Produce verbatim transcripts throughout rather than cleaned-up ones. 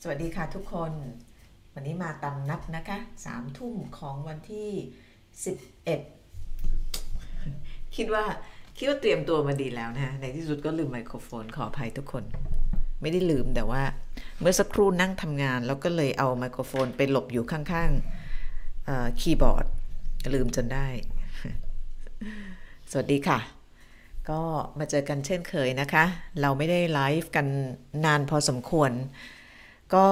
สวัสดีค่ะทุกคนวันนี้มาตามนัดนะคะสามทุ่มของวันที่สิบเอ็ดคิดว่าคิดว่าเตรียมตัวมาดีแล้วนะในที่สุดก็ลืมไมโครโฟนขออภัยทุกคนไม่ได้ลืมแต่ว่าเมื่อสักครู่นั่งทำงานแล้วก็เลยเอาไมโครโฟนไปหลบอยู่ข้างๆคีย์บอร์ดลืมจนได้สวัสดีค่ะก็มาเจอกันเช่นเคยนะคะเราไม่ได้ไลฟ์กันนานพอสมควรก็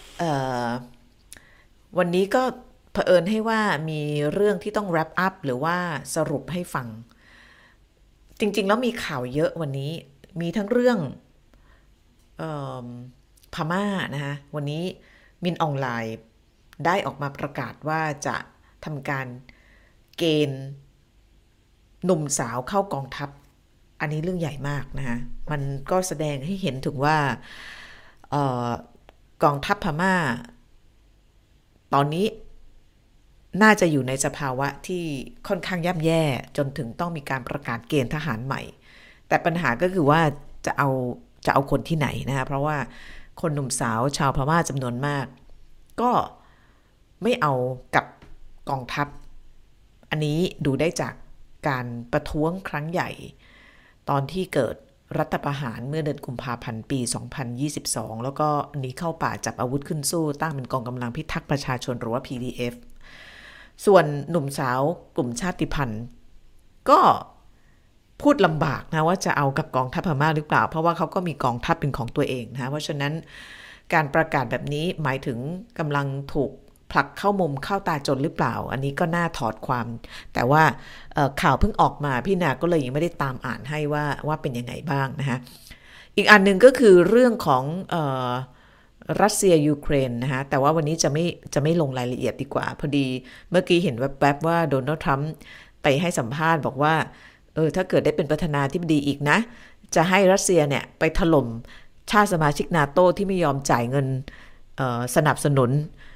วันนี้ก็เผอิญให้ว่ามีเรื่องที่ต้อง wrap up หรือว่าสรุปให้ฟังจริงๆแล้วมีข่าวเยอะวันนี้มีทั้งเรื่องเอ่อพม่านะคะวันนี้มินออนไลน์ได้ออกมาประกาศว่าจะทำการเกณฑ์หนุ่มสาวเข้ากองทัพอันนี้เรื่องใหญ่มากนะคะมันก็แสดงให้เห็นถึงว่าเอ่อกองทัพพม่าตอนนี้น่าจะอยู่ในสภาวะที่ค่อนข้างย่ำแย่จนถึงต้องมีการประกาศเกณฑ์ทหารใหม่แต่ปัญหาก็คือว่าจะเอาจะเอาคนที่ไหนนะคะเพราะว่าคนหนุ่มสาวชาวพม่าจำนวนมากก็ไม่เอากับกองทัพอันนี้ดูได้จากการประท้วงครั้งใหญ่ตอนที่เกิดรัฐประหารเมื่อเดือนกุมภาพันธ์ปีสองพันยี่สิบสองแล้วก็หนีเข้าป่าจับอาวุธขึ้นสู้ตั้งเป็นกองกำลังพิทักษ์ประชาชนหรือว่า พี ดี เอฟ ส่วนหนุ่มสาวกลุ่มชาติพันธุ์ก็พูดลำบากนะว่าจะเอากับกองทัพพม่าหรือเปล่าเพราะว่าเขาก็มีกองทัพเป็นของตัวเองนะเพราะฉะนั้นการประกาศแบบนี้หมายถึงกำลังถูกผลักเข้ามุมเข้าตาจนหรือเปล่าอันนี้ก็น่าถอดความแต่ว่าข่าวเพิ่งออกมาพี่นาก็เลยยังไม่ได้ตามอ่านให้ว่าว่าเป็นยังไงบ้างนะคะอีกอันนึงก็คือเรื่องของเอ่อรัสเซียยูเครนนะคะแต่ว่าวันนี้จะไม่จะไม่ลงรายละเอียดดีกว่าพอดีเมื่อกี้เห็นแวบๆว่าโดนัลด์ทรัมป์ไปให้สัมภาษณ์บอกว่าเออถ้าเกิดได้เป็นประธานาธิบดีอีกนะจะให้รัสเซียเนี่ยไปถล่มชาติสมาชิกนาโตที่ไม่ยอมจ่ายเงินสนับสนุน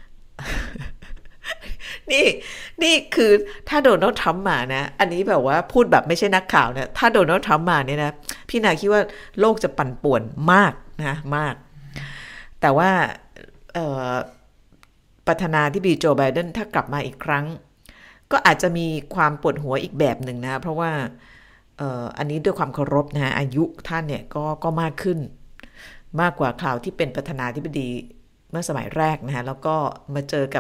นี่นี่คือถ้าโดนัลด์ทรัมป์มานะอันนี้แบบว่าพูดแบบไม่ใช่นักข่าวนะถ้าโดนัลด์ทรัมป์มาเนี่ยนะพี่นาคิดว่าโลกจะปั่นป่วนมากนะมากแต่ว่าประธานาธิบดีโจไบเดนถ้ากลับมาอีกครั้งก็อาจจะมีความปวดหัวอีกแบบหนึ่งนะเพราะว่าอันนี้ด้วยความเคารพนะอายุท่านเนี่ยก็ก็มากขึ้นมากกว่าคราวที่เป็นประธานาธิบดีเมื่อสมัยแรกนะฮะแล้วก็มาเจอกับ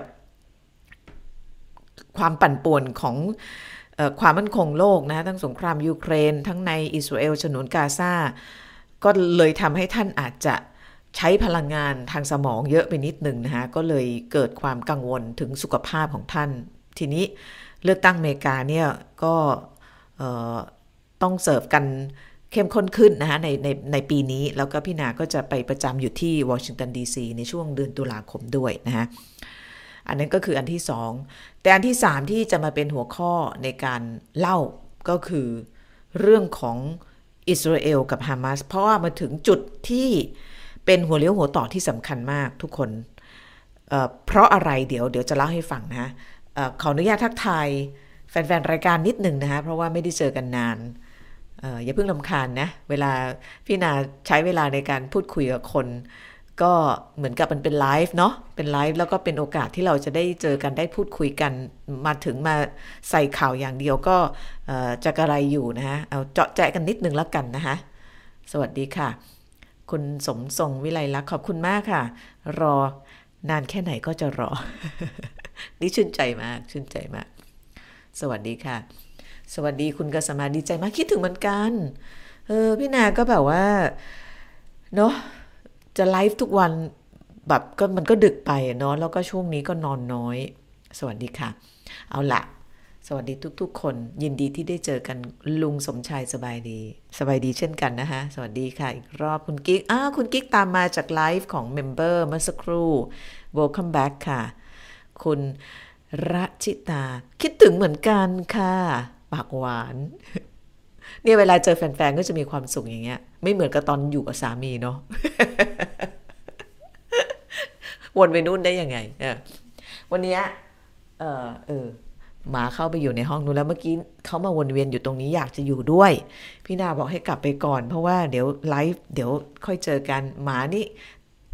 ความปั่นป่วนของเอ่อความมั่นคงโลกนะทั้งสงครามยูเครนทั้งในอิสราเอลฉนวนกาซาก็เลยทำให้ท่านอาจจะใช้พลังงานทางสมองเยอะไปนิดหนึ่งนะคะก็เลยเกิดความกังวลถึงสุขภาพของท่านทีนี้เลือกตั้งอเมริกาเนี่ยก็ต้องเสิร์ฟกันเข้มข้นขึ้นนะคะในในในปีนี้แล้วก็พี่นาก็จะไปประจำอยู่ที่วอชิงตันดีซีในช่วงเดือนตุลาคมด้วยนะคะอันนั้นก็คืออันที่สองแต่อันที่สามที่จะมาเป็นหัวข้อในการเล่าก็คือเรื่องของอิสราเอลกับฮามาสเพราะว่ามาถึงจุดที่เป็นหัวเลี้ยวหัวต่อที่สำคัญมากทุกคนเอ่อเพราะอะไรเดี๋ยวเดี๋ยวจะเล่าให้ฟังนะเอ่อขออนุญาตทักทายแฟนๆรายการนิดหนึ่งนะคะเพราะว่าไม่ได้เจอกันนานเอ่ออย่าเพิ่งรำคาญนะเวลาพี่นาใช้เวลาในการพูดคุยกับคนก็เหมือนกับมันเป็นไลฟ์เนาะเป็นไลฟ์แล้วก็เป็นโอกาสที่เราจะได้เจอกันได้พูดคุยกันมาถึงมาใส่ข่าวอย่างเดียวก็จะกระไรอยู่นะฮะเอาเจาะแจะกันนิดนึงแล้วกันนะคะสวัสดีค่ะคุณสมทรงวิไลลักษณ์ขอบคุณมากค่ะรอนานแค่ไหนก็จะรอ นี่ชื่นใจมากชื่นใจมากสวัสดีค่ะสวัสดีคุณกษมาดีใจมากคิดถึงเหมือนกันเออพี่นาก็แบบว่าเนาะจะไลฟ์ทุกวันแบบก็มันก็ดึกไปเนาะแล้วก็ช่วงนี้ก็นอนน้อยสวัสดีค่ะเอาละสวัสดีทุกๆคนยินดีที่ได้เจอกันลุงสมชายสบายดีสบายดีเช่นกันนะคะสวัสดีค่ะอีกรอบคุณกิ๊กอ้าวคุณกิ๊กตามมาจากไลฟ์ของเมมเบอร์เมื่อสักครู่ Welcome back ค่ะคุณรัชิตาคิดถึงเหมือนกันค่ะปากหวานเนี่ยเวลาเจอแฟนๆก็จะมีความสุขอย่างเงี้ยไม่เหมือนกับตอนอยู่กับสามีเนาะ วนไปนู่นได้ยังไงเออวันนี้เออเออหมาเข้าไปอยู่ในห้องนู้นแล้วเมื่อกี้เขามาวนเวียนอยู่ตรงนี้อยากจะอยู่ด้วยพี่นาบอกให้กลับไปก่อนเพราะว่าเดี๋ยวไลฟ์เดี๋ยวค่อยเจอกันหมานี่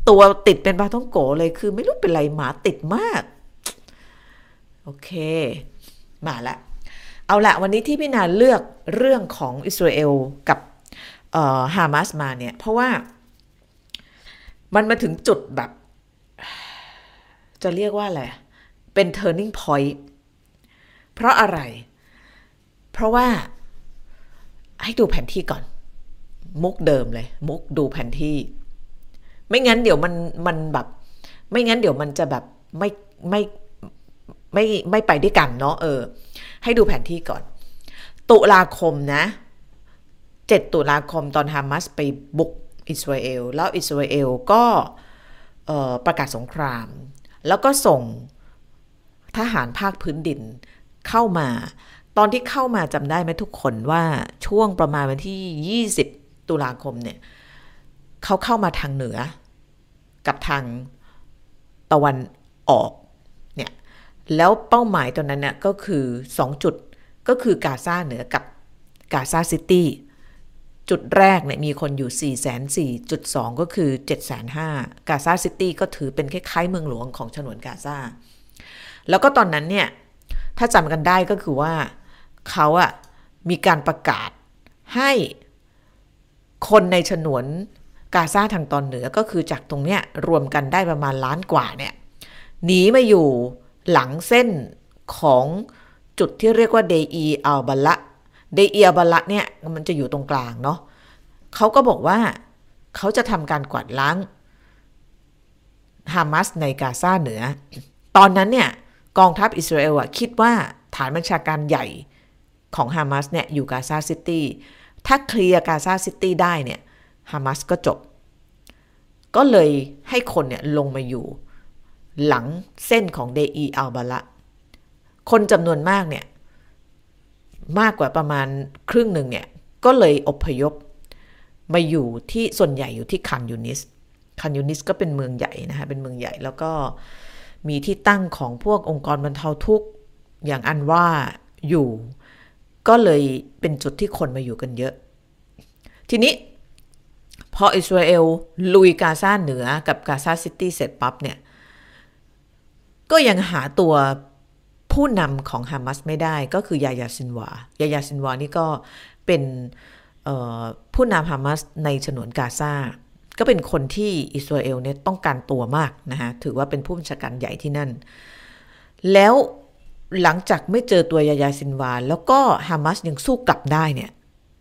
ตัวติดเป็นปลาท่องโกเลยคือไม่รู้เป็นไรหมาติดมากโอเคมาละเอาละวันนี้ที่พี่นาเลือกเรื่องของอิสราเอลกับฮามาสมาเนี่ยเพราะว่ามันมาถึงจุดแบบจะเรียกว่าอะไรเป็น turning point เพราะอะไรเพราะว่าให้ดูแผนที่ก่อนมุกเดิมเลยมุกดูแผนที่ไม่งั้นเดี๋ยวมันมันแบบไม่งั้นเดี๋ยวมันจะแบบไม่ไม่ไม่ไม่ไปด้วยกันเนาะเออให้ดูแผนที่ก่อนตุลาคมนะเจ็ดตุลาคมตอนฮามาสไปบุกอิสราเอลแล้วอิสราเอลก็เอ่อประกาศสงครามแล้วก็ส่งทหารภาคพื้นดินเข้ามาตอนที่เข้ามาจำได้ไหมทุกคนว่าช่วงประมาณวันที่ยี่สิบตุลาคมเนี่ยเขาเข้ามาทางเหนือกับทางตะวันออกเนี่ยแล้วเป้าหมายตอนนั้นเนี่ยก็คือสองจุดก็คือกาซาเหนือกับกาซาซิตี้จุดแรกเนี่ยมีคนอยู่ สี่แสนสี่ จุดสอง ก็คือ เจ็ดแสนห้า กาซาซิตี้ก็ถือเป็นคล้ายๆเมืองหลวงของฉนวนกาซาแล้วก็ตอนนั้นเนี่ยถ้าจำกันได้ก็คือว่าเขาอะมีการประกาศให้คนในฉนวนกาซาทางตอนเหนือก็คือจากตรงเนี้ยรวมกันได้ประมาณล้านกว่าเนี่ยหนีมาอยู่หลังเส้นของจุดที่เรียกว่าเดอีอัลบาละเดอีอัลบาละเนี่ยมันจะอยู่ตรงกลางเนาะเขาก็บอกว่าเขาจะทำการกวาดล้างฮามาสในกาซาเหนือตอนนั้นเนี่ยกองทัพอิสราเอลอะคิดว่าฐานบัญชาการใหญ่ของฮามาสเนี่ยอยู่กาซาซิตี้ถ้าเคลียร์กาซาซิตี้ได้เนี่ยฮามาสก็จบก็เลยให้คนเนี่ยลงมาอยู่หลังเส้นของเดอีอัลบาละคนจำนวนมากเนี่ยมากกว่าประมาณครึ่งหนึ่งเนี่ยก็เลยอพยพมาอยู่ที่ส่วนใหญ่อยู่ที่คันยูนิสคันยูนิสก็เป็นเมืองใหญ่นะคะเป็นเมืองใหญ่แล้วก็มีที่ตั้งของพวกองค์กรบรรเทาทุกข์อย่างอันว่าอยู่ก็เลยเป็นจุดที่คนมาอยู่กันเยอะทีนี้พออิสราเอลลุยกาซาเหนือกับกาซาซิตี้เสร็จปั๊บเนี่ยก็ยังหาตัวผู้นำของฮามาสไม่ได้ก็คือยาญาซินวายาญาซินวานี่ก็เป็นผู้นำฮามาสในฉนวนกาซาก็เป็นคนที่อิสราเอลเนี่ยต้องการตัวมากนะฮะถือว่าเป็นผู้บัญชาการใหญ่ที่นั่นแล้วหลังจากไม่เจอตัวยาญาซินวาแล้วก็ฮามาสยังสู้กลับได้เนี่ย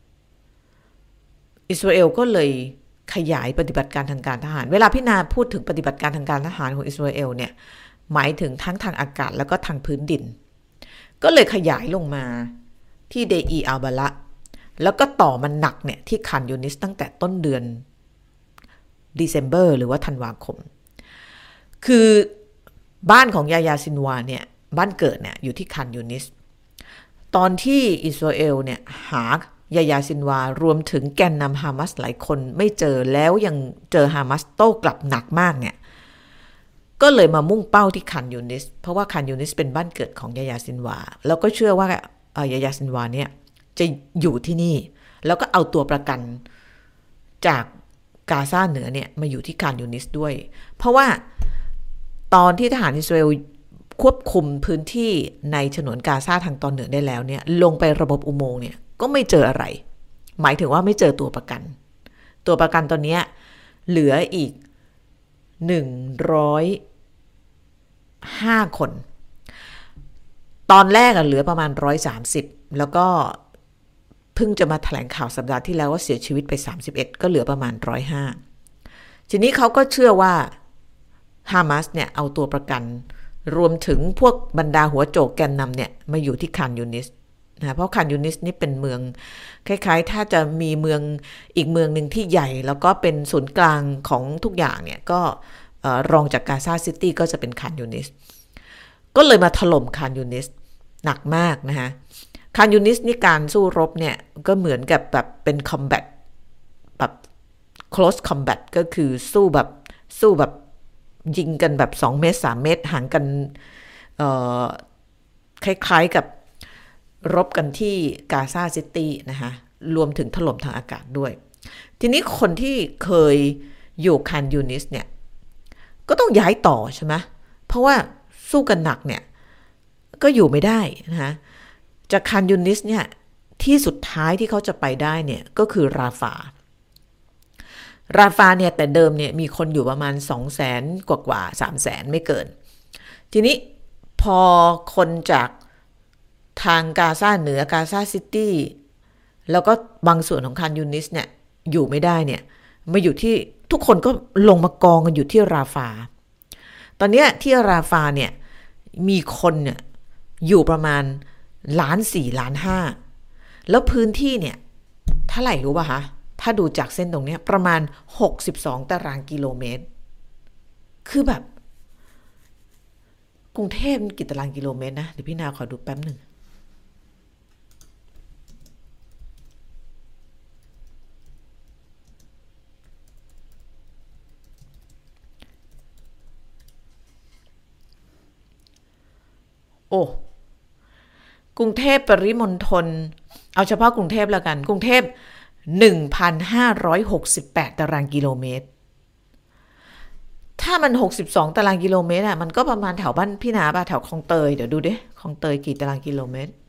อิสราเอลก็เลยขยายปฏิบัติการทางการทหารเวลาพี่นาพูดถึงปฏิบัติการทางการทหารของอิสราเอลเนี่ยหมายถึงทั้งทางอากาศแล้วก็ทางพื้นดินก็เลยขยายลงมาที่เดอีอัลบาละแล้วก็ต่อมันหนักเนี่ยที่คันยูนิสตั้งแต่ต้นเดือนเดซ ember หรือว่าธันวาคมคือบ้านของยาญาซินวาเนี่ยบ้านเกิดเนี่ยอยู่ที่คันยูนิสตอนที่อิสราเอลเนี่ยหายาญาซินวารวมถึงแกนนำฮามาสหลายคนไม่เจอแล้วยังเจอฮามาสโต้กลับหนักมากเนี่ยก็เลยมามุ่งเป้าที่คันยูนิสเพราะว่าคันยูนิสเป็นบ้านเกิดของยาญาซินวาแล้วก็เชื่อว่ายาญาซินวาเนี่ยจะอยู่ที่นี่แล้วก็เอาตัวประกันจากกาซาเหนือเนี่ยมาอยู่ที่คันยูนิสด้วยเพราะว่าตอนที่ทหารอิสราเอลควบคุมพื้นที่ในฉนวนกาซาทางตอนเหนือได้แล้วเนี่ยลงไประบบอุโมงค์เนี่ยก็ไม่เจออะไรหมายถึงว่าไม่เจอตัวประกันตัวประกันตอนนี้เหลืออีกหนึ่งร้อยห้าคนตอนแรกอะเหลือประมาณหนึ่งร้อยสามสิบแล้วก็เพิ่งจะมาแถลงข่าวสัปดาห์ที่แล้วว่าเสียชีวิตไปสามสิบเอ็ดก็เหลือประมาณหนึ่งร้อยห้าทีนี้เขาก็เชื่อว่าฮามาสเนี่ยเอาตัวประกันรวมถึงพวกบรรดาหัวโจกแกนนำเนี่ยมาอยู่ที่คันยูนิสนะเพราะคันยูนิสนี่เป็นเมืองคล้ายๆถ้าจะมีเมืองอีกเมืองหนึ่งที่ใหญ่แล้วก็เป็นศูนย์กลางของทุกอย่างเนี่ยก็รองจากกาซาซิตี้ก็จะเป็นคันยูนิสก็เลยมาถล่มคันยูนิสหนักมากนะคะคันยูนิสนี่การสู้รบเนี่ยก็เหมือนกับแบบเป็นคอมแบทแบบ close combat ก็คือสู้แบบสู้แบบยิงกันแบบสองเมตรสามเมตรห่างกันคล้ายๆกับรบกันที่กาซาซิตี้นะคะรวมถึงถล่มทางอากาศด้วยทีนี้คนที่เคยอยู่คันยูนิสเนี่ยก็ต้องย้ายต่อใช่ไหมเพราะว่าสู้กันหนักเนี่ยก็อยู่ไม่ได้นะคะจากคานยูนิสเนี่ยที่สุดท้ายที่เขาจะไปได้เนี่ยก็คือราฟาราฟาเนี่ยแต่เดิมเนี่ยมีคนอยู่ประมาณ สองแสน กว่ากว่า สามแสน ไม่เกินทีนี้พอคนจากทางกาซาเหนือกาซาซิตี้แล้วก็บางส่วนของคานยูนิสเนี่ยอยู่ไม่ได้เนี่ยมาอยู่ที่ทุกคนก็ลงมากองกันอยู่ที่ราฟาตอนนี้ที่ราฟาเนี่ยมีคนเนี่ยอยู่ประมาณล้านสี่ล้านห้าแล้วพื้นที่เนี่ยเท่าไหร่รู้ป่ะคะถ้าดูจากเส้นตรงนี้ประมาณหกสิบสองตารางกิโลเมตรคือแบบกรุงเทพกี่ตารางกิโลเมตรนะเดี๋ยวพี่นาขอดูแป๊บหนึ่งโอ้กรุงเทพปริมณฑลเอาเฉพาะกรุงเทพแล้วกันกรุงเทพ หนึ่งพันห้าร้อยหกสิบแปด ตารางกิโลเมตรถ้ามันหกสิบสองตารางกิโลเมตรอ่ะมันก็ประมาณแถวบ้านพี่นาป่ะแถวคลองเตยเดี๋ยวดูดิคลองเตยกี่ตารางกิโลเมตร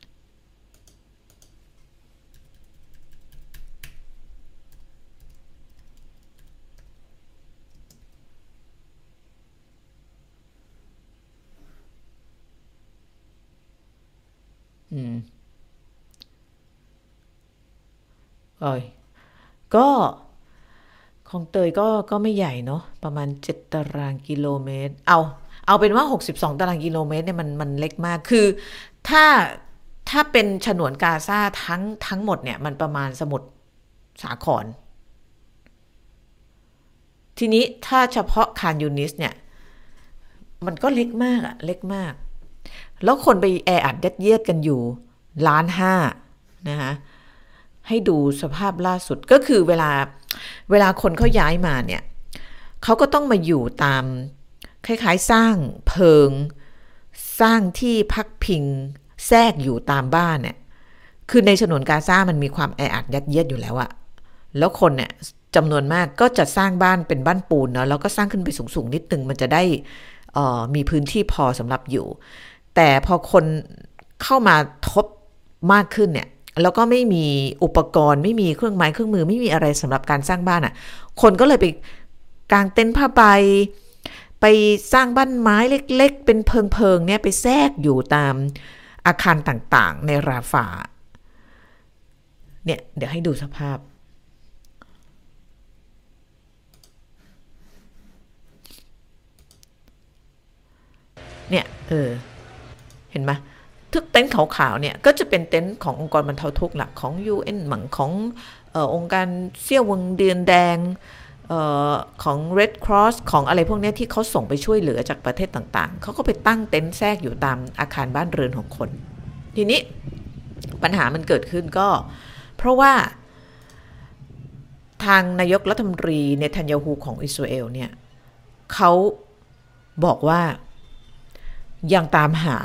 อืมเอ้ยก็คลองเตยก็ก็ไม่ใหญ่เนาะประมาณเจ็ดตารางกิโลเมตรเอาเอาเป็นว่าหกสิบสองตารางกิโลเมตรเนี่ยมันมันเล็กมากคือถ้าถ้าเป็นฉนวนกาซาทั้งทั้งหมดเนี่ยมันประมาณสมุทรสาครทีนี้ถ้าเฉพาะคานยูนิสเนี่ยมันก็เล็กมากอะเล็กมากแล้วคนไปแออัดยัดเยียดกันอยู่ล้านห้านะคะให้ดูสภาพล่าสุดก็คือเวลาเวลาคนเขาย้ายมาเนี่ยเขาก็ต้องมาอยู่ตามคล้ายๆสร้างเพิงสร้างที่พักพิงแทรกอยู่ตามบ้านเนี่ยคือในฉนวนกาซามันมีความแออัดยัดเยียดอยู่แล้วอะแล้วคนเนี่ยจำนวนมากก็จะสร้างบ้านเป็นบ้านปูนเนาะแล้วก็สร้างขึ้นไปสูงๆนิดนึงมันจะได้มีพื้นที่พอสำหรับอยู่แต่พอคนเข้ามาทบมากขึ้นเนี่ยแล้วก็ไม่มีอุปกรณ์ไม่มีเครื่องไม้เครื่องมือไม่มีอะไรสำหรับการสร้างบ้านอ่ะคนก็เลยไปกางเต็นท์ผ้าใบไปสร้างบ้านไม้เล็กๆเป็นเพิงๆเนี่ยไปแทรกอยู่ตามอาคารต่างๆในราฟาเนี่ยเดี๋ยวให้ดูสภาพเนี่ยเออเห็นไหมทุกเต็นท์ขาวๆเนี่ยก็จะเป็นเต็นท์ขององค์กรบรรเทาทุกข์หลักของ ยู เอ็น หมั่งของเอ่อองค์การเสี้ยววงเดือนแดงเอ่อของ Red Cross ของอะไรพวกนี้ที่เขาส่งไปช่วยเหลือจากประเทศต่างๆเขาก็ไปตั้งเต็นท์แทรกอยู่ตามอาคารบ้านเรือนของคนทีนี้ปัญหามันเกิดขึ้นก็เพราะว่าทางนายกรัฐมนตรีเนทันยาฮูของอิสราเอลเนี่ยเขาบอกว่ายังตามหา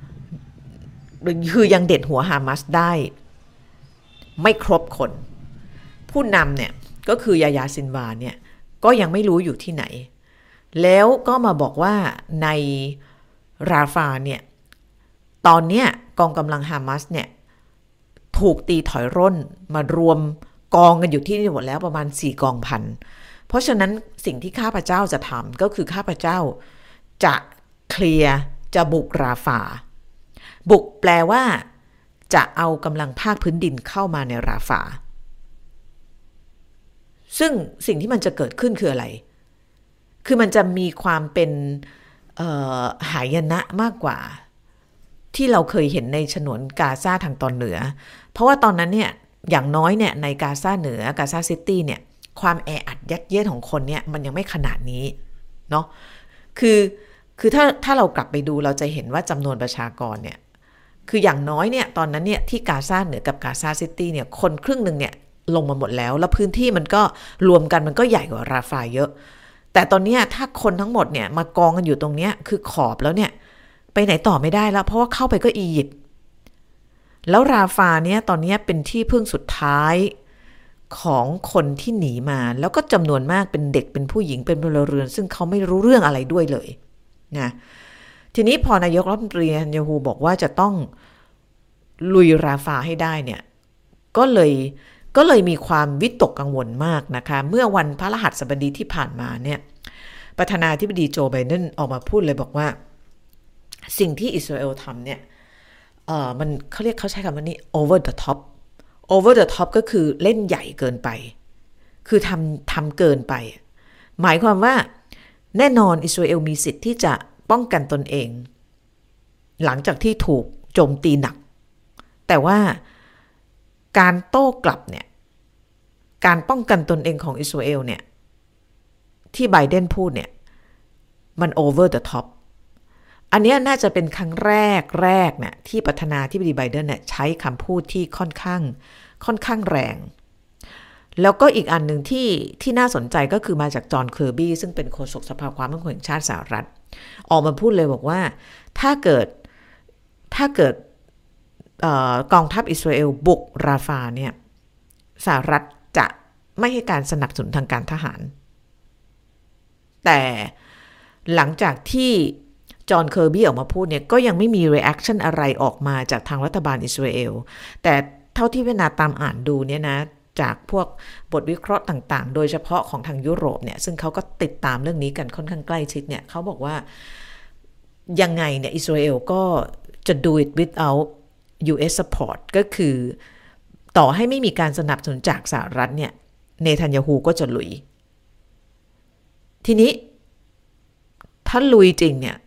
คือยังเด็ดหัวฮามาสได้ไม่ครบคนผู้นำเนี่ยก็คือยายาซินวาเนี่ยก็ยังไม่รู้อยู่ที่ไหนแล้วก็มาบอกว่าในราฟาเนี่ยตอนเนี้ยกองกำลังฮามาสเนี่ยถูกตีถอยร่นมารวมกองกันอยู่ที่นี่หมดแล้วประมาณสี่กองพันเพราะฉะนั้นสิ่งที่ข้าพเจ้าจะทำก็คือข้าพเจ้าจะเคลียร์จะบุกราฟาบุกแปลว่าจะเอากำลังภาคพื้นดินเข้ามาในราฟาซึ่งสิ่งที่มันจะเกิดขึ้นคืออะไรคือมันจะมีความเป็นหายนะมากกว่าที่เราเคยเห็นในฉนวนกาซาทางตอนเหนือเพราะว่าตอนนั้นเนี่ยอย่างน้อยเนี่ยในกาซาเหนือกาซาซิตี้เนี่ยความแออัดยัดเยียดของคนเนี่ยมันยังไม่ขนาดนี้เนาะคือคือถ้าถ้าเรากลับไปดูเราจะเห็นว่าจำนวนประชากรเนี่ยคืออย่างน้อยเนี่ยตอนนั้นเนี่ยที่กาซาเหนือกับกาซาซิตี้เนี่ยคนครึ่งนึงเนี่ยลงมาหมดแล้วแล้วพื้นที่มันก็รวมกันมันก็ใหญ่กว่าราฟาเยอะแต่ตอนนี้ถ้าคนทั้งหมดเนี่ยมากองกันอยู่ตรงเนี้ยคือขอบแล้วเนี่ยไปไหนต่อไม่ได้แล้วเพราะว่าเข้าไปก็อียิปต์แล้วราฟาเนี่ยตอนนี้เป็นที่พึ่งสุดท้ายของคนที่หนีมาแล้วก็จำนวนมากเป็นเด็กเป็นผู้หญิงเป็นพลเรือนซึ่งเขาไม่รู้เรื่องอะไรด้วยเลยนะทีนี้พอนายกรัฐมนตรีเนทันยาฮูบอกว่าจะต้องลุยราฟาให้ได้เนี่ยก็เลยก็เลยมีความวิตกกังวลมากนะคะเมื่อวันพฤหัสบดีที่ผ่านมาเนี่ยประธานาธิบดีโจไบเดนออกมาพูดเลยบอกว่าสิ่งที่อิสราเอลทำเนี่ยเอ่อมันเขาเรียกเขาใช้คำว่านี่ over the top over the top ก็คือเล่นใหญ่เกินไปคือทำทำเกินไปหมายความว่าแน่นอนอิสราเอลมีสิทธิ์ที่จะป้องกันตนเองหลังจากที่ถูกโจมตีหนักแต่ว่าการโต้กลับเนี่ยการป้องกันตนเองของอิสราเอลเนี่ยที่ไบเดนพูดเนี่ยมัน over the top อันนี้น่าจะเป็นครั้งแรกแรกเนี่ยที่ประธานาธิบดีไบเดนเนี่ยใช้คำพูดที่ค่อนข้างค่อนข้างแรงแล้วก็อีกอันหนึ่งที่ที่น่าสนใจก็คือมาจากจอห์นเคอร์บี้ซึ่งเป็นโฆษกสภาความมั่นคงแห่งชาติสหรัฐออกมาพูดเลยบอกว่าถ้าเกิดถ้าเกิดกองทัพอิสราเอลบุกราฟาเนี่ยสหรัฐจะไม่ให้การสนับสนุนทางการทหารแต่หลังจากที่จอห์นเคอร์บี้ออกมาพูดเนี่ยก็ยังไม่มี reaction อะไรออกมาจากทางรัฐบาลอิสราเอลแต่เท่าที่เวลาตามอ่านดูเนี่ยนะจากพวกบทวิเคราะห์ต่างๆโดยเฉพาะของทางยุโรปเนี่ยซึ่งเขาก็ติดตามเรื่องนี้กันค่อนข้างใกล้ชิดเนี่ยเขาบอกว่ายังไงเนี่ยอิสราเอลก็จะ do it without ยู เอส support ก็คือต่อให้ไม่มีการสนับสนุนจากสหรัฐเนี่ยเนทันยาฮูก็จะลุยทีนี้ถ้าลุยจริงเนี่ย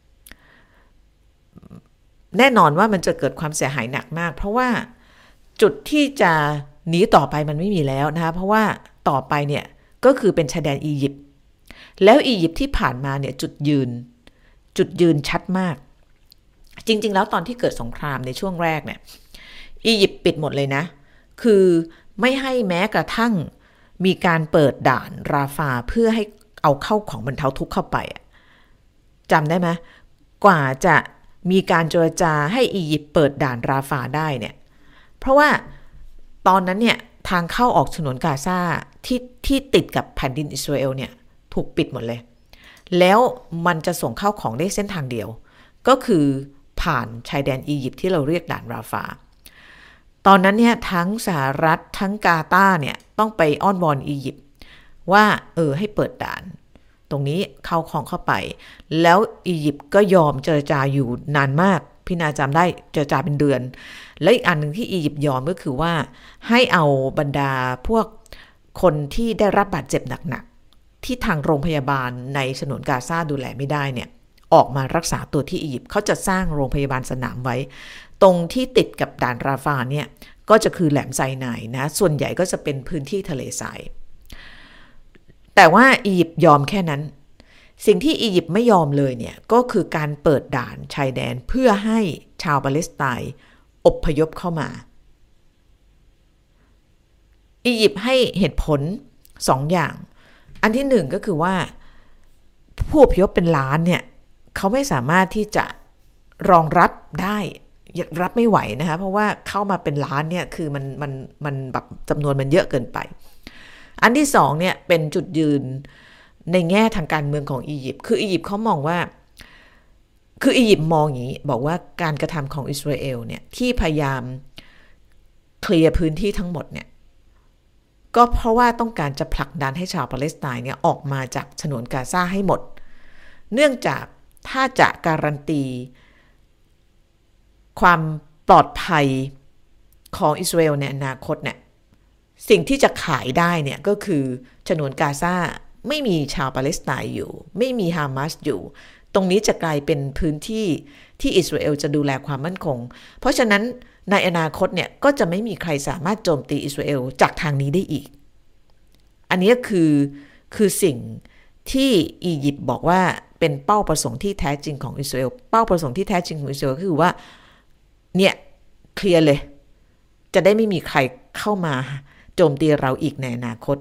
แน่นอนว่ามันจะเกิดความเสียหายหนักมากเพราะว่าจุดที่จะหนีต่อไปมันไม่มีแล้วนะคะเพราะว่าต่อไปเนี่ยก็คือเป็นชายแดนอียิปต์แล้วอียิปต์ที่ผ่านมาเนี่ยจุดยืนจุดยืนชัดมากจริงๆแล้วตอนที่เกิดสงครามในช่วงแรกเนี่ยอียิปต์ปิดหมดเลยนะคือไม่ให้แม้กระทั่งมีการเปิดด่านราฟาเพื่อให้เอาเข้าของบรรเทาทุกข์เข้าไปจำได้ไหมกว่าจะมีการเจรจาให้อียิปต์เปิดด่านราฟาได้เนี่ยเพราะว่าตอนนั้นเนี่ยทางเข้าออกฉนวนกาซาที่ที่ติดกับแผ่นดินอิสราเอลเนี่ยถูกปิดหมดเลยแล้วมันจะส่งเข้าของได้เส้นทางเดียวก็คือผ่านชายแดนอียิปต์ที่เราเรียกด่านราฟาตอนนั้นเนี่ยทั้งสหรัฐทั้งกาตาร์เนี่ยต้องไปอ้อนวอนอียิปต์ว่าเออให้เปิดด่านตรงนี้เข้าของเข้าไปแล้วอียิปต์ก็ยอมเจรจาอยู่นานมากพี่นาจำได้เจรจาเป็นเดือนและอีกอันหนึ่งที่อียิปต์ยอมก็คือว่าให้เอาบรรดาพวกคนที่ได้รับบาดเจ็บหนักๆที่ทางโรงพยาบาลในฉนวนกาซาดูแลไม่ได้เนี่ยออกมารักษาตัวที่อียิปต์เขาจะสร้างโรงพยาบาลสนามไว้ตรงที่ติดกับด่านราฟาเนี่ยก็จะคือแหลมไซนายนะส่วนใหญ่ก็จะเป็นพื้นที่ทะเลทรายแต่ว่าอียิปต์ยอมแค่นั้นสิ่งที่อียิปต์ไม่ยอมเลยเนี่ยก็คือการเปิดด่านชายแดนเพื่อให้ชาวปาเลสไตน์อพยพเข้ามาอียิปต์ให้เหตุผลสองอย่างอันที่หนึ่งก็คือว่าผู้อพยพเป็นล้านเนี่ยเขาไม่สามารถที่จะรองรับได้รับไม่ไหวนะคะเพราะว่าเข้ามาเป็นล้านเนี่ยคือมันมันมันแบบจำนวนมันเยอะเกินไปอันที่สองเนี่ยเป็นจุดยืนในแง่ทางการเมืองของอียิปต์คืออียิปต์เขามองว่าคืออียิปต์มองอย่างนี้บอกว่าการกระทำของอิสราเอลเนี่ยที่พยายามเคลียร์พื้นที่ทั้งหมดเนี่ยก็เพราะว่าต้องการจะผลักดันให้ชาวปาเลสไตน์เนี่ยออกมาจากฉนวนกาซาให้หมดเนื่องจากถ้าจะการันตีความปลอดภัยของอิสราเอลในอนาคตเนี่ยสิ่งที่จะขายได้เนี่ยก็คือฉนวนกาซาไม่มีชาวปาเลสไตน์อยู่ไม่มีฮามาสอยู่ตรงนี้จะกลายเป็นพื้นที่ที่อิสราเอลจะดูแลความมั่นคงเพราะฉะนั้นในอนาคตเนี่ยก็จะไม่มีใครสามารถโจมตีอิสราเอลจากทางนี้ได้อีกอันนี้คือคือสิ่งที่อียิปต์บอกว่าเป็นเป้าประสงค์ที่แท้จริงของอิสราเอลเป้าประสงค์ที่แท้จริงของอิสราเอลก็คือว่าเนี่ยเคลียร์เลยจะได้ไม่มีใครเข้ามาโจมตีเราอีกในอนาคต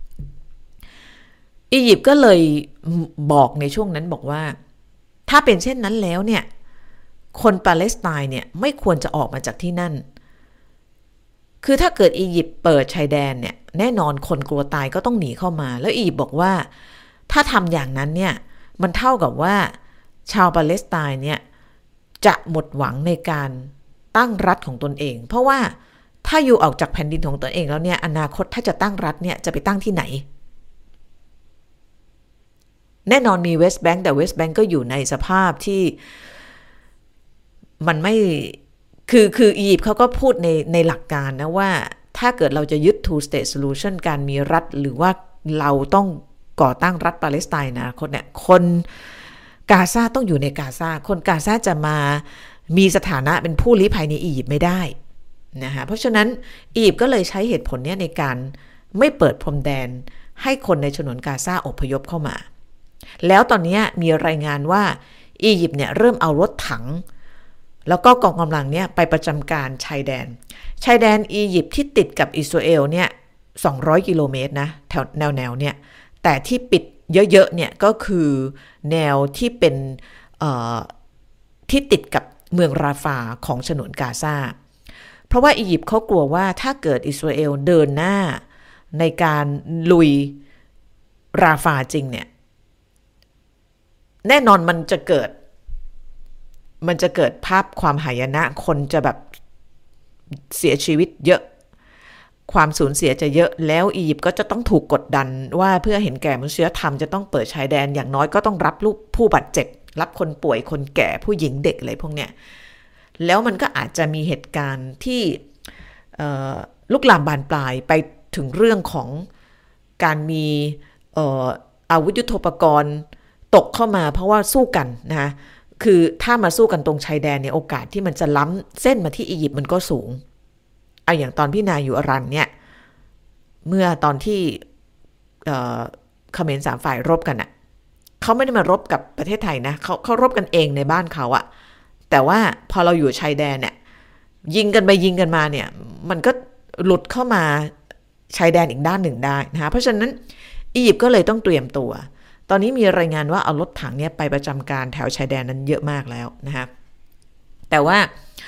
อียิปต์ก็เลยบอกในช่วงนั้นบอกว่าถ้าเป็นเช่นนั้นแล้วเนี่ยคนปาเลสไตน์เนี่ยไม่ควรจะออกมาจากที่นั่นคือถ้าเกิดอียิปต์เปิดชายแดนเนี่ยแน่นอนคนกลัวตายก็ต้องหนีเข้ามาแล้วอียิปต์บอกว่าถ้าทำอย่างนั้นเนี่ยมันเท่ากับว่าชาวปาเลสไตน์เนี่ยจะหมดหวังในการตั้งรัฐของตนเองเพราะว่าถ้าอยู่ออกจากแผ่นดินของตนเองแล้วเนี่ยอนาคตถ้าจะตั้งรัฐเนี่ยจะไปตั้งที่ไหนแน่นอนมีเวสต์แบงก์แต่เวสต์แบงก์ก็อยู่ในสภาพที่มันไม่คือคืออียิปต์เขาก็พูดในในหลักการนะว่าถ้าเกิดเราจะยึด two state solution การมีรัฐหรือว่าเราต้องก่อตั้งรัฐปาเลสไตน์นะคนเนี่ยคนกาซาต้องอยู่ในกาซาคนกาซาจะมามีสถานะเป็นผู้ลี้ภัยในอียิปต์ไม่ได้นะคะเพราะฉะนั้นอียิปต์ก็เลยใช้เหตุผลนี้ในการไม่เปิดพรมแดนให้คนในฉนวนกาซาอพยพเข้ามาแล้วตอนนี้มีรายงานว่าอียิปต์เนี่ยเริ่มเอารถถังแล้วก็กองกำลังเนี่ยไปประจำการชายแดนชายแดนอียิปต์ที่ติดกับอิสราเอลเนี่ยสองร้อยกิโลเมตรนะแถวแนวแนวเนี่ยแต่ที่ปิดเยอะๆเนี่ยก็คือแนวที่เป็นที่ติดกับเมืองราฟาของฉนวนกาซาเพราะว่าอียิปต์เขากลัวว่าถ้าเกิดอิสราเอลเดินหน้าในการลุยราฟาจริงเนี่ยแน่นอนมันจะเกิดมันจะเกิดภาพความหายนะคนจะแบบเสียชีวิตเยอะความสูญเสียจะเยอะแล้วอียิปต์ก็จะต้องถูกกดดันว่าเพื่อเห็นแก่มนุษยธรรมจะต้องเปิดชายแดนอย่างน้อยก็ต้องรับลูกผู้บาดเจ็บรับคนป่วยคนแก่ผู้หญิงเด็กอะไรพวกเนี้ยแล้วมันก็อาจจะมีเหตุการณ์ที่ลุกลามบานปลายไปถึงเรื่องของการมีอาวุธยุทโธปกรณ์ตกเข้ามาเพราะว่าสู้กันนะคือถ้ามาสู้กันตรงชายแดนเนี่ยโอกาสที่มันจะล้ำเส้นมาที่อียิปต์มันก็สูงเอาอย่างตอนพี่นาอยู่อารันเนี่ยเมื่อตอนที่เขมรสามฝ่ายรบกันอ่ะเขาไม่ได้มารบกับประเทศไทยนะเขาเขารบกันเองในบ้านเขาอะแต่ว่าพอเราอยู่ชายแดนเนี่ยยิงกันไปยิงกันมาเนี่ยมันก็หลุดเข้ามาชายแดนอีกด้านหนึ่งได้นะคะเพราะฉะนั้นอียิปต์ก็เลยต้องเตรียมตัวตอนนี้มีรายงานว่าเอารถถังเนี่ยไปประจำการแถวชายแดนนั้นเยอะมากแล้วนะคะแต่ว่า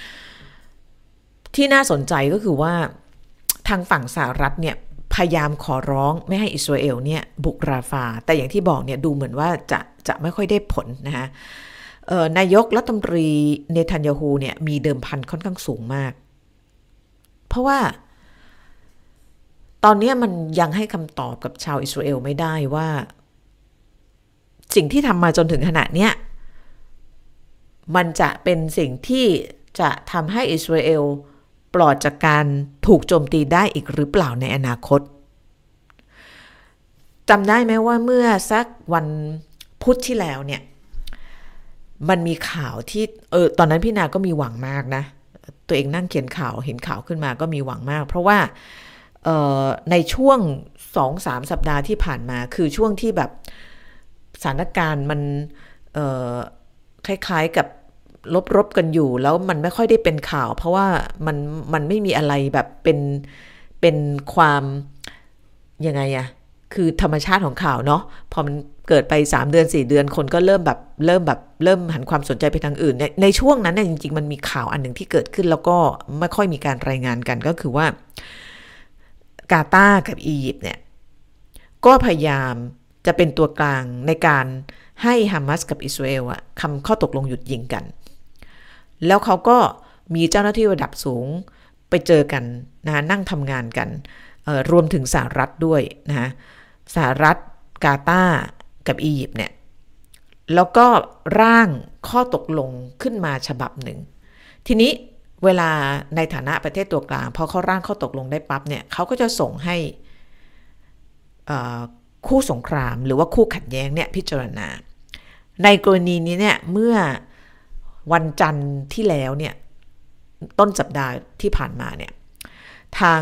ที่น่าสนใจก็คือว่าทางฝั่งสหรัฐเนี่ยพยายามขอร้องไม่ให้อิสราเอลเนี่ยบุกราฟาแต่อย่างที่บอกเนี่ยดูเหมือนว่าจะจะไม่ค่อยได้ผลนะคะนายกรัฐมนตรีเนทันยาฮูเนี่ยมีเดิมพันค่อนข้างสูงมากเพราะว่าตอนนี้มันยังให้คำตอบกับชาวอิสราเอลไม่ได้ว่าสิ่งที่ทำมาจนถึงขณะเนี้ยมันจะเป็นสิ่งที่จะทำให้อิสราเอลปลอดจากการถูกโจมตีได้อีกหรือเปล่าในอนาคตจำได้ไหมว่าเมื่อสักวันพุธที่แล้วเนี่ยมันมีข่าวที่เออตอนนั้นพี่นาก็มีหวังมากนะตัวเองนั่งเขียนข่าวเห็นข่าวขึ้นมาก็มีหวังมากเพราะว่าเอ่อในช่วง สองถึงสาม สัปดาห์ที่ผ่านมาคือช่วงที่แบบสถานการณ์มันเอ่อคล้ายๆกับลบๆกันอยู่แล้วมันไม่ค่อยได้เป็นข่าวเพราะว่ามันมันไม่มีอะไรแบบเป็นเป็นความยังไงอะคือธรรมชาติของข่าวเนาะพอมันเกิดไปสามเดือนสี่เดือนคนก็เริ่มแบบเริ่มแบบเริ่มหันความสนใจไปทางอื่นในในช่วงนั้นเนี่ยจริงๆมันมีข่าวอันหนึ่งที่เกิดขึ้นแล้วก็ไม่ค่อยมีการรายงานกันก็คือว่ากาตาร์กับอียิปต์เนี่ยก็พยายามจะเป็นตัวกลางในการให้ฮามาสกับอิสราเอลอะคำข้อตกลงหยุดยิงกันแล้วเขาก็มีเจ้าหน้าที่ระดับสูงไปเจอกันนะนั่งทำงานกันรวมถึงสหรัฐด้วยนะสหรัฐกาตาร์กับอียิปต์เนี่ยแล้วก็ร่างข้อตกลงขึ้นมาฉบับหนึ่งทีนี้เวลาในฐานะประเทศตัวกลางพอเขาร่างข้อตกลงได้ปั๊บเนี่ยเขาก็จะส่งให้คู่สงครามหรือว่าคู่ขัดแย้งเนี่ยพิจารณาในกรณีนี้เนี่ยเมื่อวันจันทร์ที่แล้วเนี่ยต้นสัปดาห์ที่ผ่านมาเนี่ยทาง